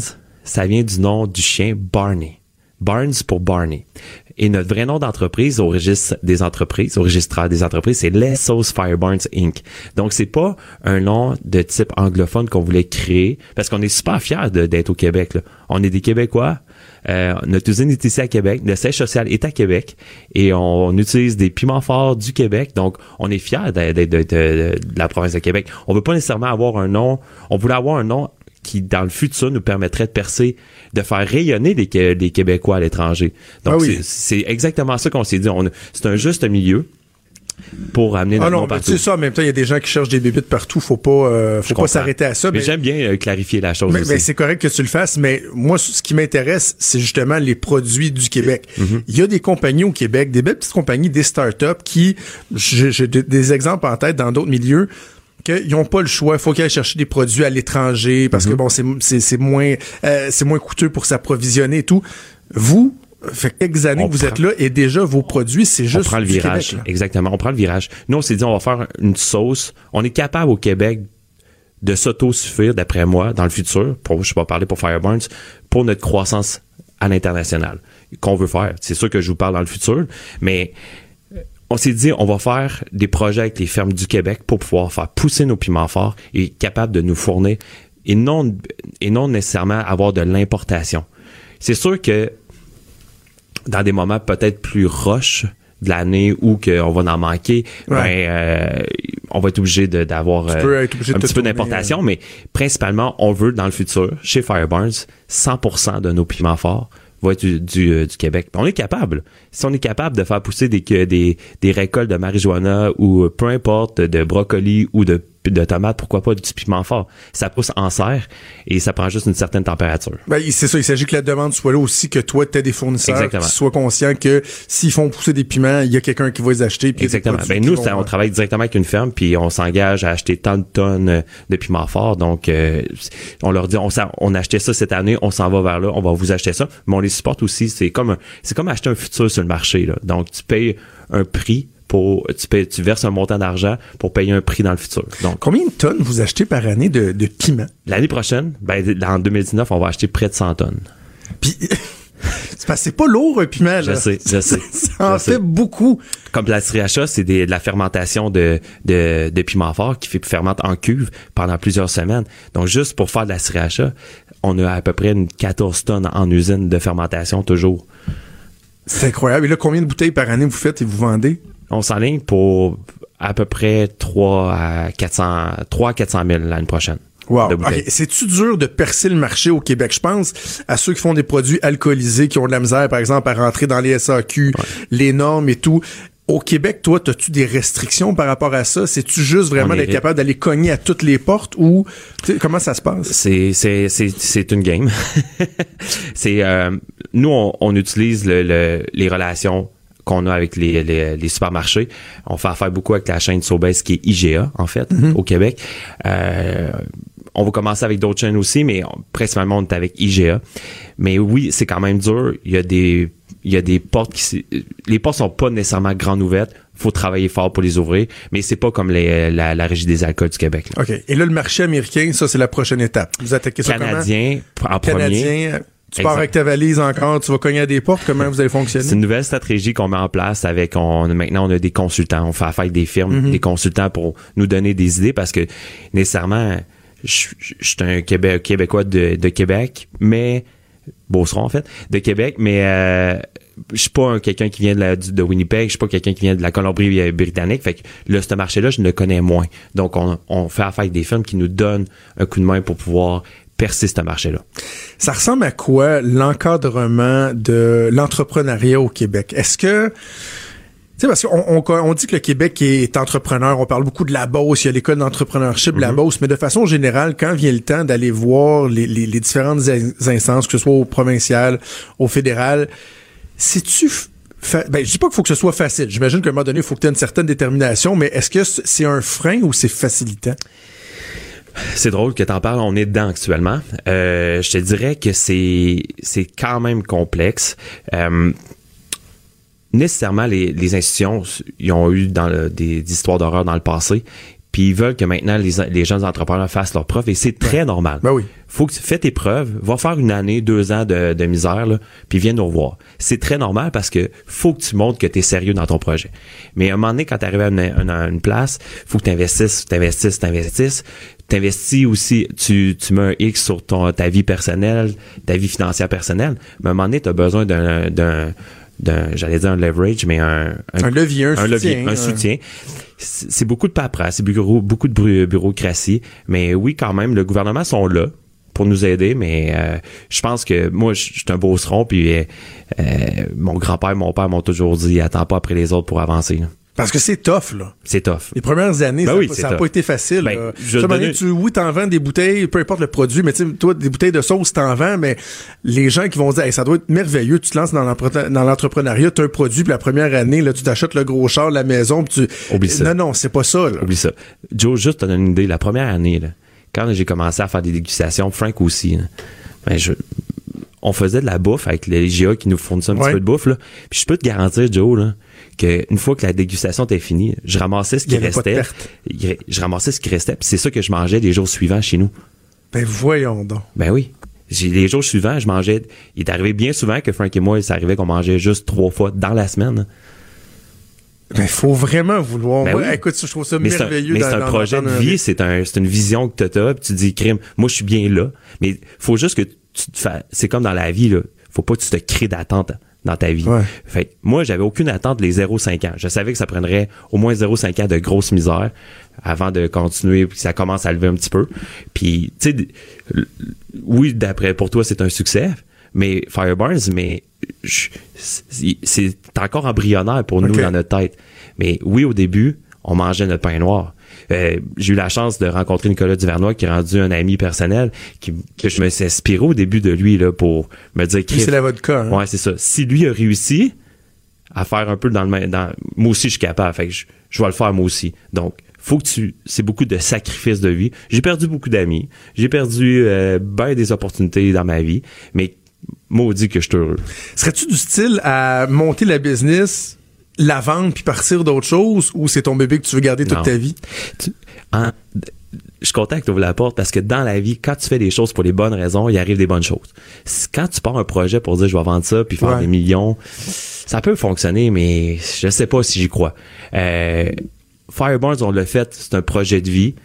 ça vient du nom du chien Barney. Barnes pour Barney. Et notre vrai nom d'entreprise au registre des entreprises, au registraire des entreprises, c'est Les Sauces Fire Barnes Inc. Donc, c'est pas un nom de type anglophone qu'on voulait créer parce qu'on est super fiers d'être au Québec, là. On est des Québécois. Notre usine est ici à Québec. Le siège social est à Québec. Et on utilise des piments forts du Québec. Donc, on est fiers d'être de la province de Québec. On veut pas nécessairement avoir un nom. On voulait avoir un nom qui, dans le futur, nous permettrait de percer, de faire rayonner des Québécois à l'étranger. Donc, c'est exactement ça qu'on s'est dit. C'est un juste milieu pour amener notre nom partout. C'est ça, en même temps, il y a des gens qui cherchent des bébites partout. Faut pas s'arrêter à ça. Mais j'aime bien clarifier la chose aussi. Mais c'est correct que tu le fasses, mais moi, ce qui m'intéresse, c'est justement les produits du Québec. Il y a des compagnies au Québec, des belles petites compagnies, des startups qui, j'ai des exemples en tête dans d'autres milieux, qu'ils n'ont pas le choix, il faut qu'ils aillent chercher des produits à l'étranger parce que bon, c'est moins coûteux pour s'approvisionner et tout. Vous, fait quelques années que vous êtes là et déjà vos produits, c'est juste on prend le virage. Québec, exactement, on prend le virage. Nous, on s'est dit, on va faire une sauce. On est capable au Québec de s'auto-suffire, d'après moi, dans le futur, je vais parler pour Fire Barnes, pour notre croissance à l'international qu'on veut faire. C'est sûr que je vous parle dans le futur, mais on s'est dit, on va faire des projets avec les fermes du Québec pour pouvoir faire pousser nos piments forts et capable de nous fournir et non nécessairement avoir de l'importation. C'est sûr que dans des moments peut-être plus rush de l'année où qu'on va en manquer, on va être obligé d'avoir un petit peu d'importation, mais principalement, on veut dans le futur, chez Fire Barnes, 100% de nos piments forts va être du Québec. On est capable. Si on est capable de faire pousser des récoltes de marijuana ou peu importe, de brocoli ou de tomates, pourquoi pas du piment fort. Ça pousse en serre et ça prend juste une certaine température. Ben, c'est ça, il s'agit que la demande soit là aussi, que toi, tu aies des fournisseurs qui soient conscients que s'ils font pousser des piments, il y a quelqu'un qui va les acheter. Puis exactement. Ben, nous, on travaille directement avec une ferme puis on s'engage à acheter tant de tonnes de piments forts. Donc, on leur dit, on a acheté ça cette année, on s'en va vers là, on va vous acheter ça. Mais on les supporte aussi. C'est comme acheter un futur sur le marché, là. Donc, tu payes un prix tu verses un montant d'argent pour payer un prix dans le futur. Donc, combien de tonnes vous achetez par année de piment? L'année prochaine, en 2019, on va acheter près de 100 tonnes. Puis, c'est pas lourd, un piment, là. Je sais. Ça en fait beaucoup. Comme la sriracha, c'est de la fermentation de piment fort qui fermente en cuve pendant plusieurs semaines. Donc, juste pour faire de la sriracha, on a à peu près 14 tonnes en usine de fermentation toujours. C'est incroyable. Et là, combien de bouteilles par année vous faites et vous vendez? On s'enligne pour à peu près 3 à 400 000 l'année prochaine. Wow. Okay. C'est-tu dur de percer le marché au Québec? Je pense à ceux qui font des produits alcoolisés, qui ont de la misère, par exemple, à rentrer dans les SAQ, les normes et tout. Au Québec, toi, as-tu des restrictions par rapport à ça? C'est-tu juste vraiment d'être capable d'aller cogner à toutes les portes ou comment ça se passe? C'est une game. Nous, on utilise les relations qu'on a avec les supermarchés. On fait affaire beaucoup avec la chaîne Sobeys qui est IGA, en fait, au Québec. On va commencer avec d'autres chaînes aussi, mais principalement, on est avec IGA. Mais oui, c'est quand même dur. Il y a des portes les portes sont pas nécessairement grandes ouvertes. Faut travailler fort pour les ouvrir, mais c'est pas comme la Régie des alcools du Québec, là. OK. Et là, le marché américain, ça, c'est la prochaine étape. Vous attaquez ça Canadien, en premier. Tu pars avec ta valise encore, tu vas cogner à des portes, comment vous allez fonctionner? C'est une nouvelle stratégie qu'on met en place maintenant on a des consultants, on fait affaire avec des firmes, des consultants pour nous donner des idées parce que nécessairement, je suis un Québécois de Québec, mais Beauceron en fait, de Québec, mais je suis pas quelqu'un qui vient de Winnipeg, je suis pas quelqu'un qui vient de la Colombie-Britannique, fait que là, ce marché-là, je ne le connais moins. Donc, on fait affaire avec des firmes qui nous donnent un coup de main pour pouvoir percer ce marché-là. Ça ressemble à quoi l'encadrement de l'entrepreneuriat au Québec? Est-ce que... Tu sais, parce qu'on dit que le Québec est entrepreneur, on parle beaucoup de la Beauce, il y a l'école d'entrepreneurship, la Beauce, mais de façon générale, quand vient le temps d'aller voir les différentes instances, que ce soit au provincial, au fédéral, c'est-tu... je dis pas qu'il faut que ce soit facile. J'imagine qu'à un moment donné, il faut que tu aies une certaine détermination, mais est-ce que c'est un frein ou c'est facilitant? C'est drôle que t'en parles, on est dedans actuellement. Je te dirais que c'est quand même complexe. Nécessairement, les institutions, ils ont eu des histoires d'horreur dans le passé. puis ils veulent que maintenant les jeunes entrepreneurs fassent leurs preuves, et c'est très normal. Ben oui. Faut que tu fais tes preuves, va faire 1 année, 2 ans de misère, là, puis viens nous revoir. C'est très normal parce que faut que tu montres que tu es sérieux dans ton projet. Mais à un moment donné, quand tu arrives à une place, faut que tu investisses. T'investis aussi, tu mets un X sur ta vie personnelle, ta vie financière personnelle, mais à un moment donné, tu as besoin d'un j'allais dire un leverage, mais un levier, un soutien. C'est beaucoup de paperasse, c'est beaucoup de bureaucratie, mais oui, quand même, le gouvernement sont là pour nous aider, mais je pense que moi, je suis un beauceron, puis mon grand-père, mon père m'ont toujours dit, attends pas après les autres pour avancer, là. Parce que c'est tough, là. C'est tough. Les premières années, ça n'a pas été facile. Ben, oui, t'en vends des bouteilles, peu importe le produit, mais tu sais, toi, des bouteilles de sauce, t'en vends, mais les gens qui vont dire, hey, ça doit être merveilleux, tu te lances dans l'entrepreneuriat, t'as un produit, puis la première année, là, tu t'achètes le gros char, la maison, puis Oublie ça. Non, c'est pas ça, là. Oublie ça. Joe, juste te donner une idée, la première année, là, quand j'ai commencé à faire des dégustations, Frank aussi, là, ben, on faisait de la bouffe avec les GA qui nous fournissait un petit peu de bouffe, là. Puis je peux te garantir, Joe, là, qu'une fois que la dégustation était finie, je ramassais ce qui restait. Je ramassais ce qui restait, puis c'est ça que je mangeais les jours suivants chez nous. Ben voyons donc. Ben oui. Les jours suivants, je mangeais. Il est arrivé bien souvent que Frank et moi, ça arrivait qu'on mangeait juste 3 fois dans la semaine. Hein. Ben faut vraiment vouloir. Ben oui. Écoute, je trouve ça merveilleux. Mais c'est un projet de vie, c'est une vision que t'as, puis tu dis, crime, moi je suis bien là. Mais faut juste que tu te fasses. C'est comme dans la vie, là. Faut pas que tu te crées d'attente dans ta vie. Ouais. Fait moi, j'avais aucune attente les 0,5 ans. Je savais que ça prendrait au moins 0,5 ans de grosse misère avant de continuer, puis ça commence à lever un petit peu. Puis, tu sais, oui, pour toi, c'est un succès, mais Fireburns, mais c'est encore embryonnaire pour nous dans notre tête. Mais oui, au début, on mangeait notre pain noir. J'ai eu la chance de rencontrer Nicolas Duvernois, qui est rendu un ami personnel, que je me suis inspiré au début de lui là pour me dire que c'est la vodka. Hein? Ouais, c'est ça. Si lui a réussi à faire un peu moi aussi je suis capable. Fait que je vais le faire moi aussi. Donc faut que c'est beaucoup de sacrifices de vie. J'ai perdu beaucoup d'amis. J'ai perdu ben des opportunités dans ma vie, mais maudit que je suis heureux. Serais-tu du style à monter la business, la vendre puis partir d'autre chose, ou c'est ton bébé que tu veux garder toute ta vie? Je suis content que tu ouvres la porte parce que dans la vie, quand tu fais des choses pour les bonnes raisons, il arrive des bonnes choses. Quand tu pars un projet pour dire je vais vendre ça puis faire des millions, ça peut fonctionner, mais je sais pas si j'y crois. Fireburns, on l'a fait, c'est un projet de vie.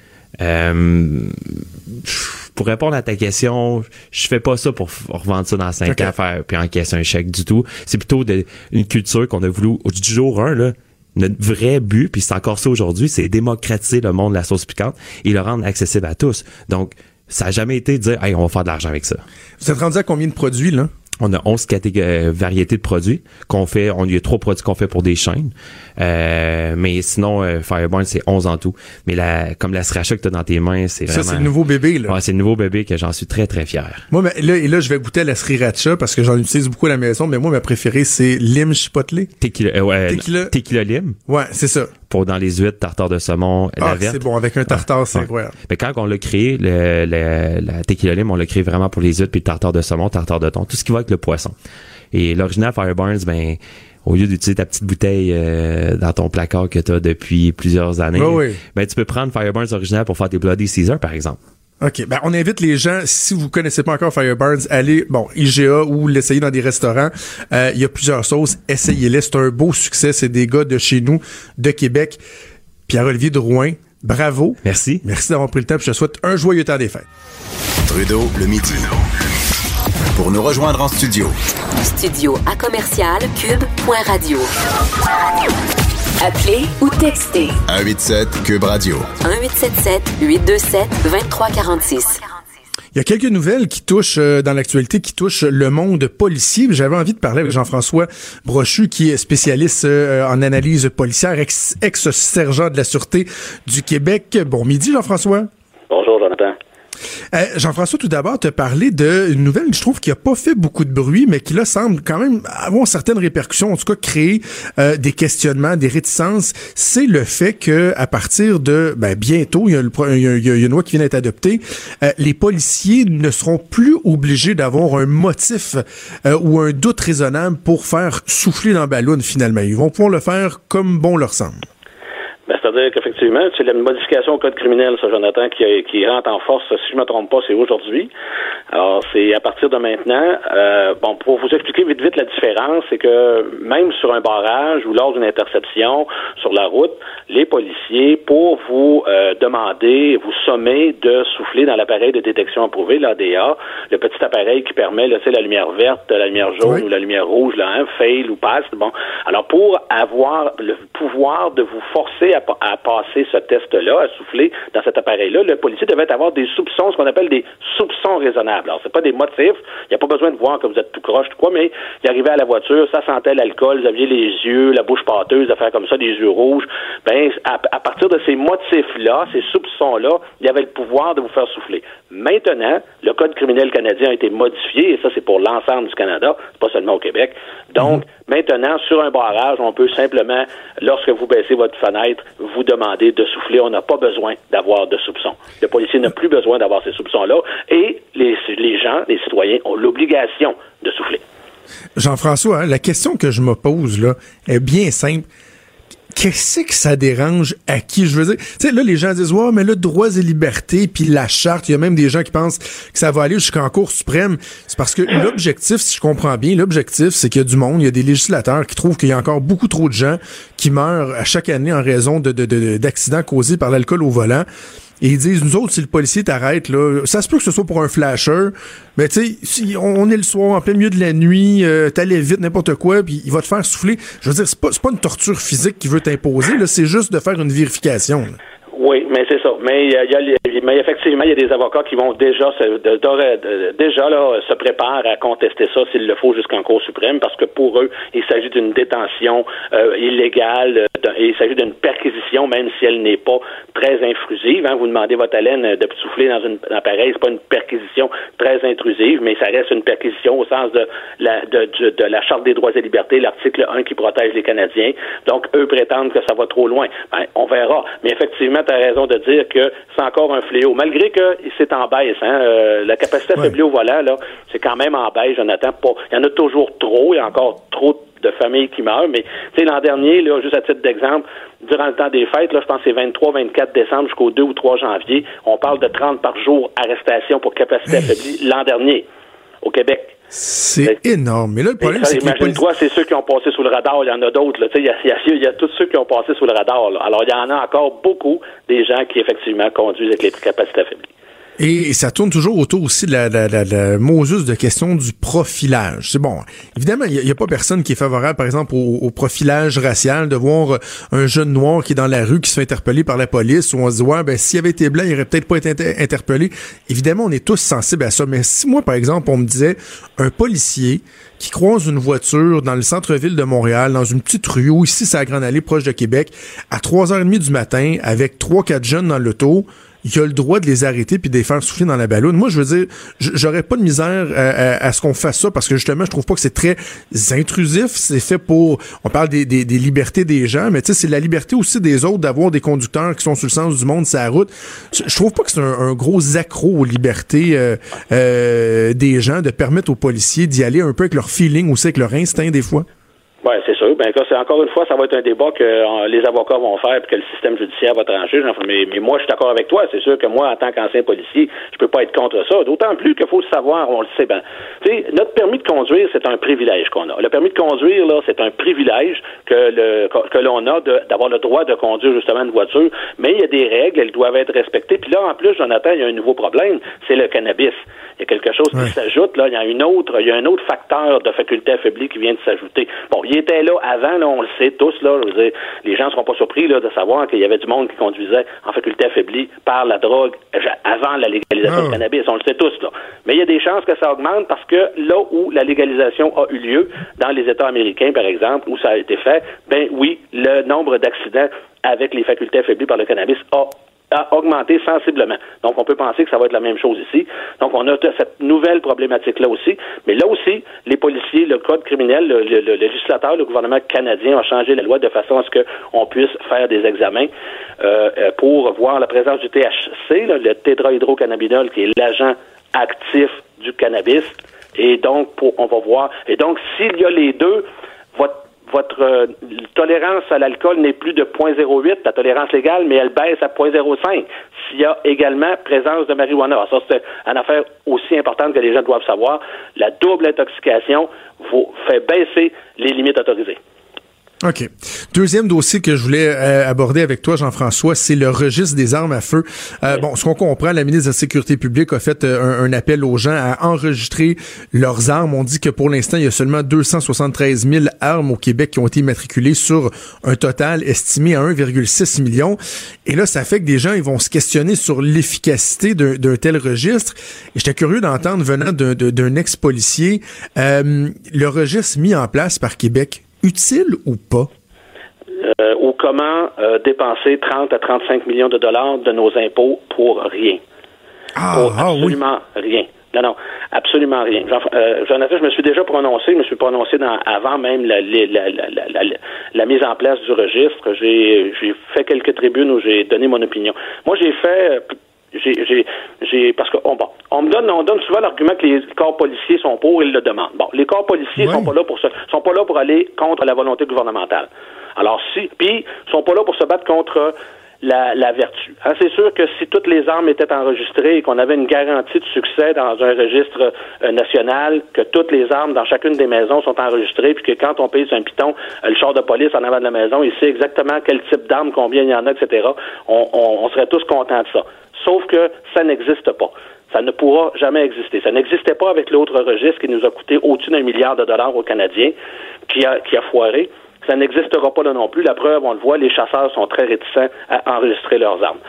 Pour répondre à ta question, je fais pas ça pour revendre ça dans 5 ans puis encaisser un chèque du tout. C'est plutôt une culture qu'on a voulu du jour 1 là. Notre vrai but, puis c'est encore ça aujourd'hui, c'est démocratiser le monde de la sauce piquante et le rendre accessible à tous. Donc, ça n'a jamais été de dire, hey, on va faire de l'argent avec ça. Vous êtes rendu à combien de produits, là? On a 11 variétés de produits qu'on fait. Il y a 3 produits qu'on fait pour des chaînes. Mais sinon, Fireburns, c'est 11 en tout. Mais comme la sriracha que tu as dans tes mains, c'est vraiment... Ça, c'est le nouveau bébé, là. Ouais, c'est le nouveau bébé que j'en suis très, très fier. Moi, là, je vais goûter à la sriracha parce que j'en utilise beaucoup à la maison. Mais moi, ma préférée, c'est lime chipotle. Tequila lime. Ouais, c'est ça. Pour dans les huîtres, tartare de saumon, la verte. C'est bon. Avec un tartare, c'est incroyable. Mais quand on l'a créé, la tequila lime, on l'a créé vraiment pour les huîtres, puis le tartare de saumon, tartare de thon, tout ce qui va avec le poisson. Et l'original Fireburns, ben, au lieu d'utiliser ta petite bouteille dans ton placard que tu as depuis plusieurs années, ben, tu peux prendre Fireburns original pour faire des Bloody Caesar, par exemple. OK. Ben, on invite les gens, si vous connaissez pas encore Fireburns, allez, IGA ou l'essayer dans des restaurants. Il y a plusieurs sauces. Essayez-les. C'est un beau succès. C'est des gars de chez nous, de Québec. Pierre-Olivier Drouin, bravo. Merci. Merci d'avoir pris le temps. Puis je te souhaite un joyeux temps des fêtes. Trudeau, le midi. Pour nous rejoindre en studio. Studio à commercial cube.radio. Appelez ou textez. 187 Cube Radio. 1877-827-2346. Il y a quelques nouvelles qui touchent, dans l'actualité, qui touchent le monde policier. J'avais envie de parler avec Jean-François Brochu, qui est spécialiste en analyse policière, ex-sergent de la Sûreté du Québec. Bon midi, Jean-François. Bonjour, Jonathan. Jean-François, tout d'abord, te parler d'une nouvelle, je trouve, qui a pas fait beaucoup de bruit, mais qui là semble quand même avoir certaines répercussions, en tout cas créer des questionnements, des réticences. C'est le fait que à partir de bientôt, il y a une loi qui vient d'être adoptée, les policiers ne seront plus obligés d'avoir un motif ou un doute raisonnable pour faire souffler dans la balloune finalement. Ils vont pouvoir le faire comme bon leur semble. C'est c'est-à-dire qu'effectivement, c'est la modification au code criminel, ça, Jonathan, qui rentre en force, si je me trompe pas, c'est aujourd'hui. Alors, c'est à partir de maintenant. Pour vous expliquer vite la différence, c'est que même sur un barrage ou lors d'une interception sur la route, les policiers, pour vous demander, vous sommer de souffler dans l'appareil de détection approuvé, l'ADA, le petit appareil qui permet, là, la lumière verte, la lumière jaune ou la lumière rouge, là, fail ou pass. Bon, alors pour avoir le pouvoir de vous forcer à passer ce test-là, à souffler dans cet appareil-là, le policier devait avoir des soupçons, ce qu'on appelle des soupçons raisonnables. Alors, c'est pas des motifs, il n'y a pas besoin de voir que vous êtes tout croche, tout quoi, mais il arrivait à la voiture, ça sentait l'alcool, vous aviez les yeux, la bouche pâteuse, à faire comme ça, des yeux rouges. Ben, à partir de ces motifs-là, ces soupçons-là, il y avait le pouvoir de vous faire souffler. Maintenant, le Code criminel canadien a été modifié, et ça, c'est pour l'ensemble du Canada, c'est pas seulement au Québec. Donc, maintenant, sur un barrage, on peut simplement, lorsque vous baissez votre fenêtre, vous demander de souffler. On n'a pas besoin d'avoir de soupçons. Le policier n'a plus besoin d'avoir ces soupçons-là, et les gens, les citoyens, ont l'obligation de souffler. Jean-François, la question que je me pose, là, est bien simple. Qu'est-ce que ça dérange à qui? Je veux dire, tu sais, là, les gens disent, ouais, mais là, droits et libertés, puis la charte, il y a même des gens qui pensent que ça va aller jusqu'en Cour suprême. C'est parce que l'objectif, si je comprends bien, l'objectif, c'est qu'il y a du monde, il y a des législateurs qui trouvent qu'il y a encore beaucoup trop de gens qui meurent à chaque année en raison d'accidents causés par l'alcool au volant. Et ils disent, nous autres, si le policier t'arrête, là, ça se peut que ce soit pour un flasher, mais tu sais, si on est le soir, en plein milieu de la nuit, t'allais vite, n'importe quoi, puis il va te faire souffler. Je veux dire, c'est pas une torture physique qu'il veut t'imposer, là, c'est juste de faire une vérification, là. Oui, mais c'est ça. Mais mais effectivement, il y a des avocats qui vont déjà se préparent à contester ça s'il le faut jusqu'en Cour suprême, parce que pour eux, il s'agit d'une détention illégale, et il s'agit d'une perquisition, même si elle n'est pas très intrusive. Hein. Vous demandez votre haleine de souffler dans un appareil, c'est pas une perquisition très intrusive, mais ça reste une perquisition au sens de la Charte des droits et libertés, l'article 1 qui protège les Canadiens. Donc, eux prétendent que ça va trop loin. Ben, on verra. Mais effectivement, tu as raison de dire que c'est encore un fléau, malgré que c'est en baisse. Hein, la capacité affaiblie au volant, là, c'est quand même en baisse, Jonathan. Il y en a toujours trop, il y a encore trop de familles qui meurent, mais tu sais, l'an dernier, là, juste à titre d'exemple, durant le temps des fêtes, là, je pense que c'est 23, 24 décembre jusqu'au 2 ou 3 janvier, on parle de 30 par jour arrestations pour capacité affaiblie l'an dernier au Québec. C'est énorme. Mais là, le problème, c'est que imagine-toi, c'est ceux qui ont passé sous le radar. Il y en a d'autres. Il y a tous ceux qui ont passé sous le radar. Là. Alors, il y en a encore beaucoup des gens qui, effectivement, conduisent avec les capacités affaiblies. Et ça tourne toujours autour aussi de la Moses de question du profilage. C'est bon. Évidemment, il y a pas personne qui est favorable, par exemple, au profilage racial, de voir un jeune noir qui est dans la rue, qui se fait interpeller par la police, où on se dit, ouais, ben, s'il avait été blanc, il aurait peut-être pas été interpellé. Évidemment, on est tous sensibles à ça. Mais si moi, par exemple, on me disait, un policier qui croise une voiture dans le centre-ville de Montréal, dans une petite rue, ou ici, c'est à Grande-Allée, proche de Québec, à 3h30 du matin, avec 3-4 jeunes dans l'auto, il a le droit de les arrêter puis de les faire souffler dans la balloune. Moi, je veux dire, j'aurais pas de misère à ce qu'on fasse ça, parce que justement, je trouve pas que c'est très intrusif. C'est fait pour, on parle des libertés des gens, mais tu sais, c'est la liberté aussi des autres d'avoir des conducteurs qui sont sur le sens du monde sur la route. Je trouve pas que c'est un gros accroc aux libertés des gens, de permettre aux policiers d'y aller un peu avec leur feeling aussi, avec leur instinct des fois. Oui, c'est sûr. Ben, encore une fois, ça va être un débat que les avocats vont faire et que le système judiciaire va trancher. Mais moi, je suis d'accord avec toi. C'est sûr que moi, en tant qu'ancien policier, je peux pas être contre ça. D'autant plus qu'il faut le savoir, on le sait. Ben, tu sais, notre permis de conduire, c'est un privilège qu'on a. Le permis de conduire, là, c'est un privilège que l'on a d'avoir le droit de conduire justement une voiture. Mais il y a des règles, elles doivent être respectées. Puis là, en plus, Jonathan, il y a un nouveau problème, c'est le cannabis. Il y a quelque chose qui s'ajoute. Là, il y a un autre facteur de faculté affaiblie qui vient de s'ajouter. Bon, il était là avant, là, on le sait tous, là, je veux dire, les gens ne seront pas surpris là, de savoir qu'il y avait du monde qui conduisait en faculté affaiblie par la drogue avant la légalisation du cannabis, on le sait tous, là. Mais il y a des chances que ça augmente parce que là où la légalisation a eu lieu, dans les États américains, par exemple, où ça a été fait, ben oui, le nombre d'accidents avec les facultés affaiblies par le cannabis a augmenté sensiblement. Donc, on peut penser que ça va être la même chose ici. Donc, on a cette nouvelle problématique-là aussi. Mais là aussi, les policiers, le code criminel, le législateur, le gouvernement canadien a changé la loi de façon à ce qu'on puisse faire des examens pour voir la présence du THC, là, le tétrahydrocannabinol, qui est l'agent actif du cannabis. Et donc, on va voir. Et donc, s'il y a les deux, votre tolérance à l'alcool n'est plus de 0.08, la tolérance légale, mais elle baisse à 0.05 s'il y a également présence de marijuana. Alors ça, c'est une affaire aussi importante que les gens doivent savoir. La double intoxication fait baisser les limites autorisées. OK. Deuxième dossier que je voulais aborder avec toi, Jean-François, c'est le registre des armes à feu. Bon, ce qu'on comprend, la ministre de la Sécurité publique a fait un appel aux gens à enregistrer leurs armes. On dit que pour l'instant, il y a seulement 273 000 armes au Québec qui ont été immatriculées sur un total estimé à 1,6 million. Et là, ça fait que des gens ils vont se questionner sur l'efficacité d'un tel registre. Et j'étais curieux d'entendre, venant d'un ex-policier, le registre mis en place par Québec, utile ou pas? Ou comment dépenser 30 à 35 millions de dollars de nos impôts pour rien. Absolument rien. Non, absolument rien. Jonathan, je me suis déjà prononcé, avant même la mise en place du registre. J'ai fait quelques tribunes où j'ai donné mon opinion. Moi, j'ai fait... parce que on donne souvent l'argument que les corps policiers sont pour, ils le demandent. Bon, les corps policiers sont pas là pour aller contre la volonté gouvernementale. Alors puis sont pas là pour se battre contre la vertu. Hein, c'est sûr que si toutes les armes étaient enregistrées et qu'on avait une garantie de succès dans un registre national, que toutes les armes dans chacune des maisons sont enregistrées, puis que quand on paye sur un piton, le char de police en avant de la maison, il sait exactement quel type d'armes, combien il y en a, etc., on serait tous contents de ça. Sauf que ça n'existe pas. Ça ne pourra jamais exister. Ça n'existait pas avec l'autre registre qui nous a coûté au-dessus d'1 milliard de dollars aux Canadiens, qui a foiré. Ça n'existera pas là non plus. La preuve, on le voit, les chasseurs sont très réticents à enregistrer leurs armes.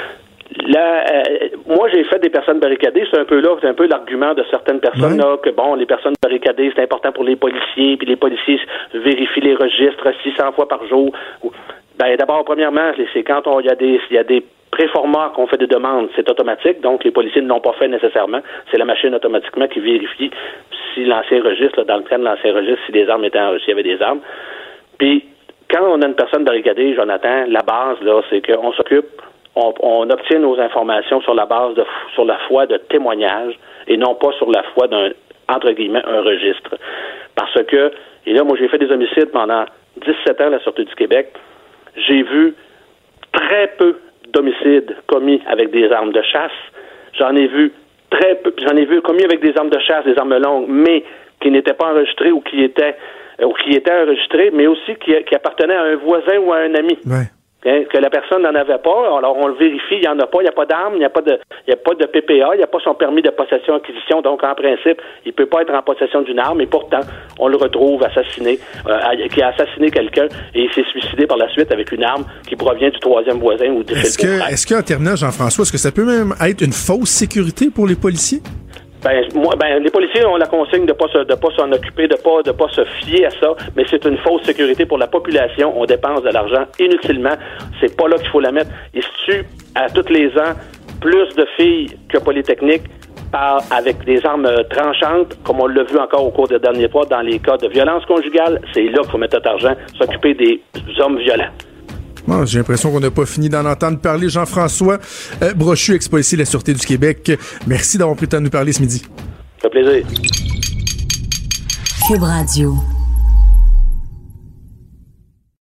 Moi, j'ai fait des personnes barricadées. C'est un peu l'argument de certaines personnes là, que les personnes barricadées, c'est important pour les policiers, puis les policiers vérifient les registres 600 fois par jour. D'abord, premièrement, c'est quand il y a des préformats qu'on fait des demandes, c'est automatique, donc les policiers ne l'ont pas fait nécessairement. C'est la machine automatiquement qui vérifie si l'ancien registre, dans le cas de l'ancien registre, si les armes étaient enregistrées, s'il y avait des armes. Puis, quand on a une personne barricadée, Jonathan, la base, là, c'est qu'on s'occupe, on obtient nos informations sur la foi de témoignages et non pas sur la foi d'un, entre guillemets, un registre. Parce que, et là, moi, j'ai fait des homicides pendant 17 ans à la Sûreté du Québec. J'ai vu très peu d'homicides commis avec des armes de chasse. J'en ai vu commis avec des armes de chasse, des armes longues, mais qui n'étaient pas enregistrées ou qui étaient enregistrées, mais aussi qui appartenaient à un voisin ou à un ami. Ouais. Que la personne n'en avait pas, alors on le vérifie, il n'y en a pas, il n'y a pas d'armes, il n'y a pas de PPA, il n'y a pas son permis de possession-acquisition, donc en principe, il ne peut pas être en possession d'une arme, et pourtant, on le retrouve assassiné, qui a assassiné quelqu'un, et il s'est suicidé par la suite avec une arme qui provient du troisième voisin ou du Est-ce qu'en terminant, Jean-François, est-ce que ça peut même être une fausse sécurité pour les policiers? Les policiers ont la consigne de pas s'en occuper, de pas se fier à ça, mais c'est une fausse sécurité pour la population. On dépense de l'argent inutilement. C'est pas là qu'il faut la mettre. Il se tue à tous les ans plus de filles que Polytechnique avec des armes tranchantes, comme on l'a vu encore au cours des derniers mois dans les cas de violence conjugale. C'est là qu'il faut mettre notre argent, s'occuper des hommes violents. Bon, j'ai l'impression qu'on n'a pas fini d'en entendre parler. Jean-François Brochu, ex-policier de la Sûreté du Québec. Merci d'avoir pris le temps de nous parler ce midi. Ça fait plaisir. Cube Radio.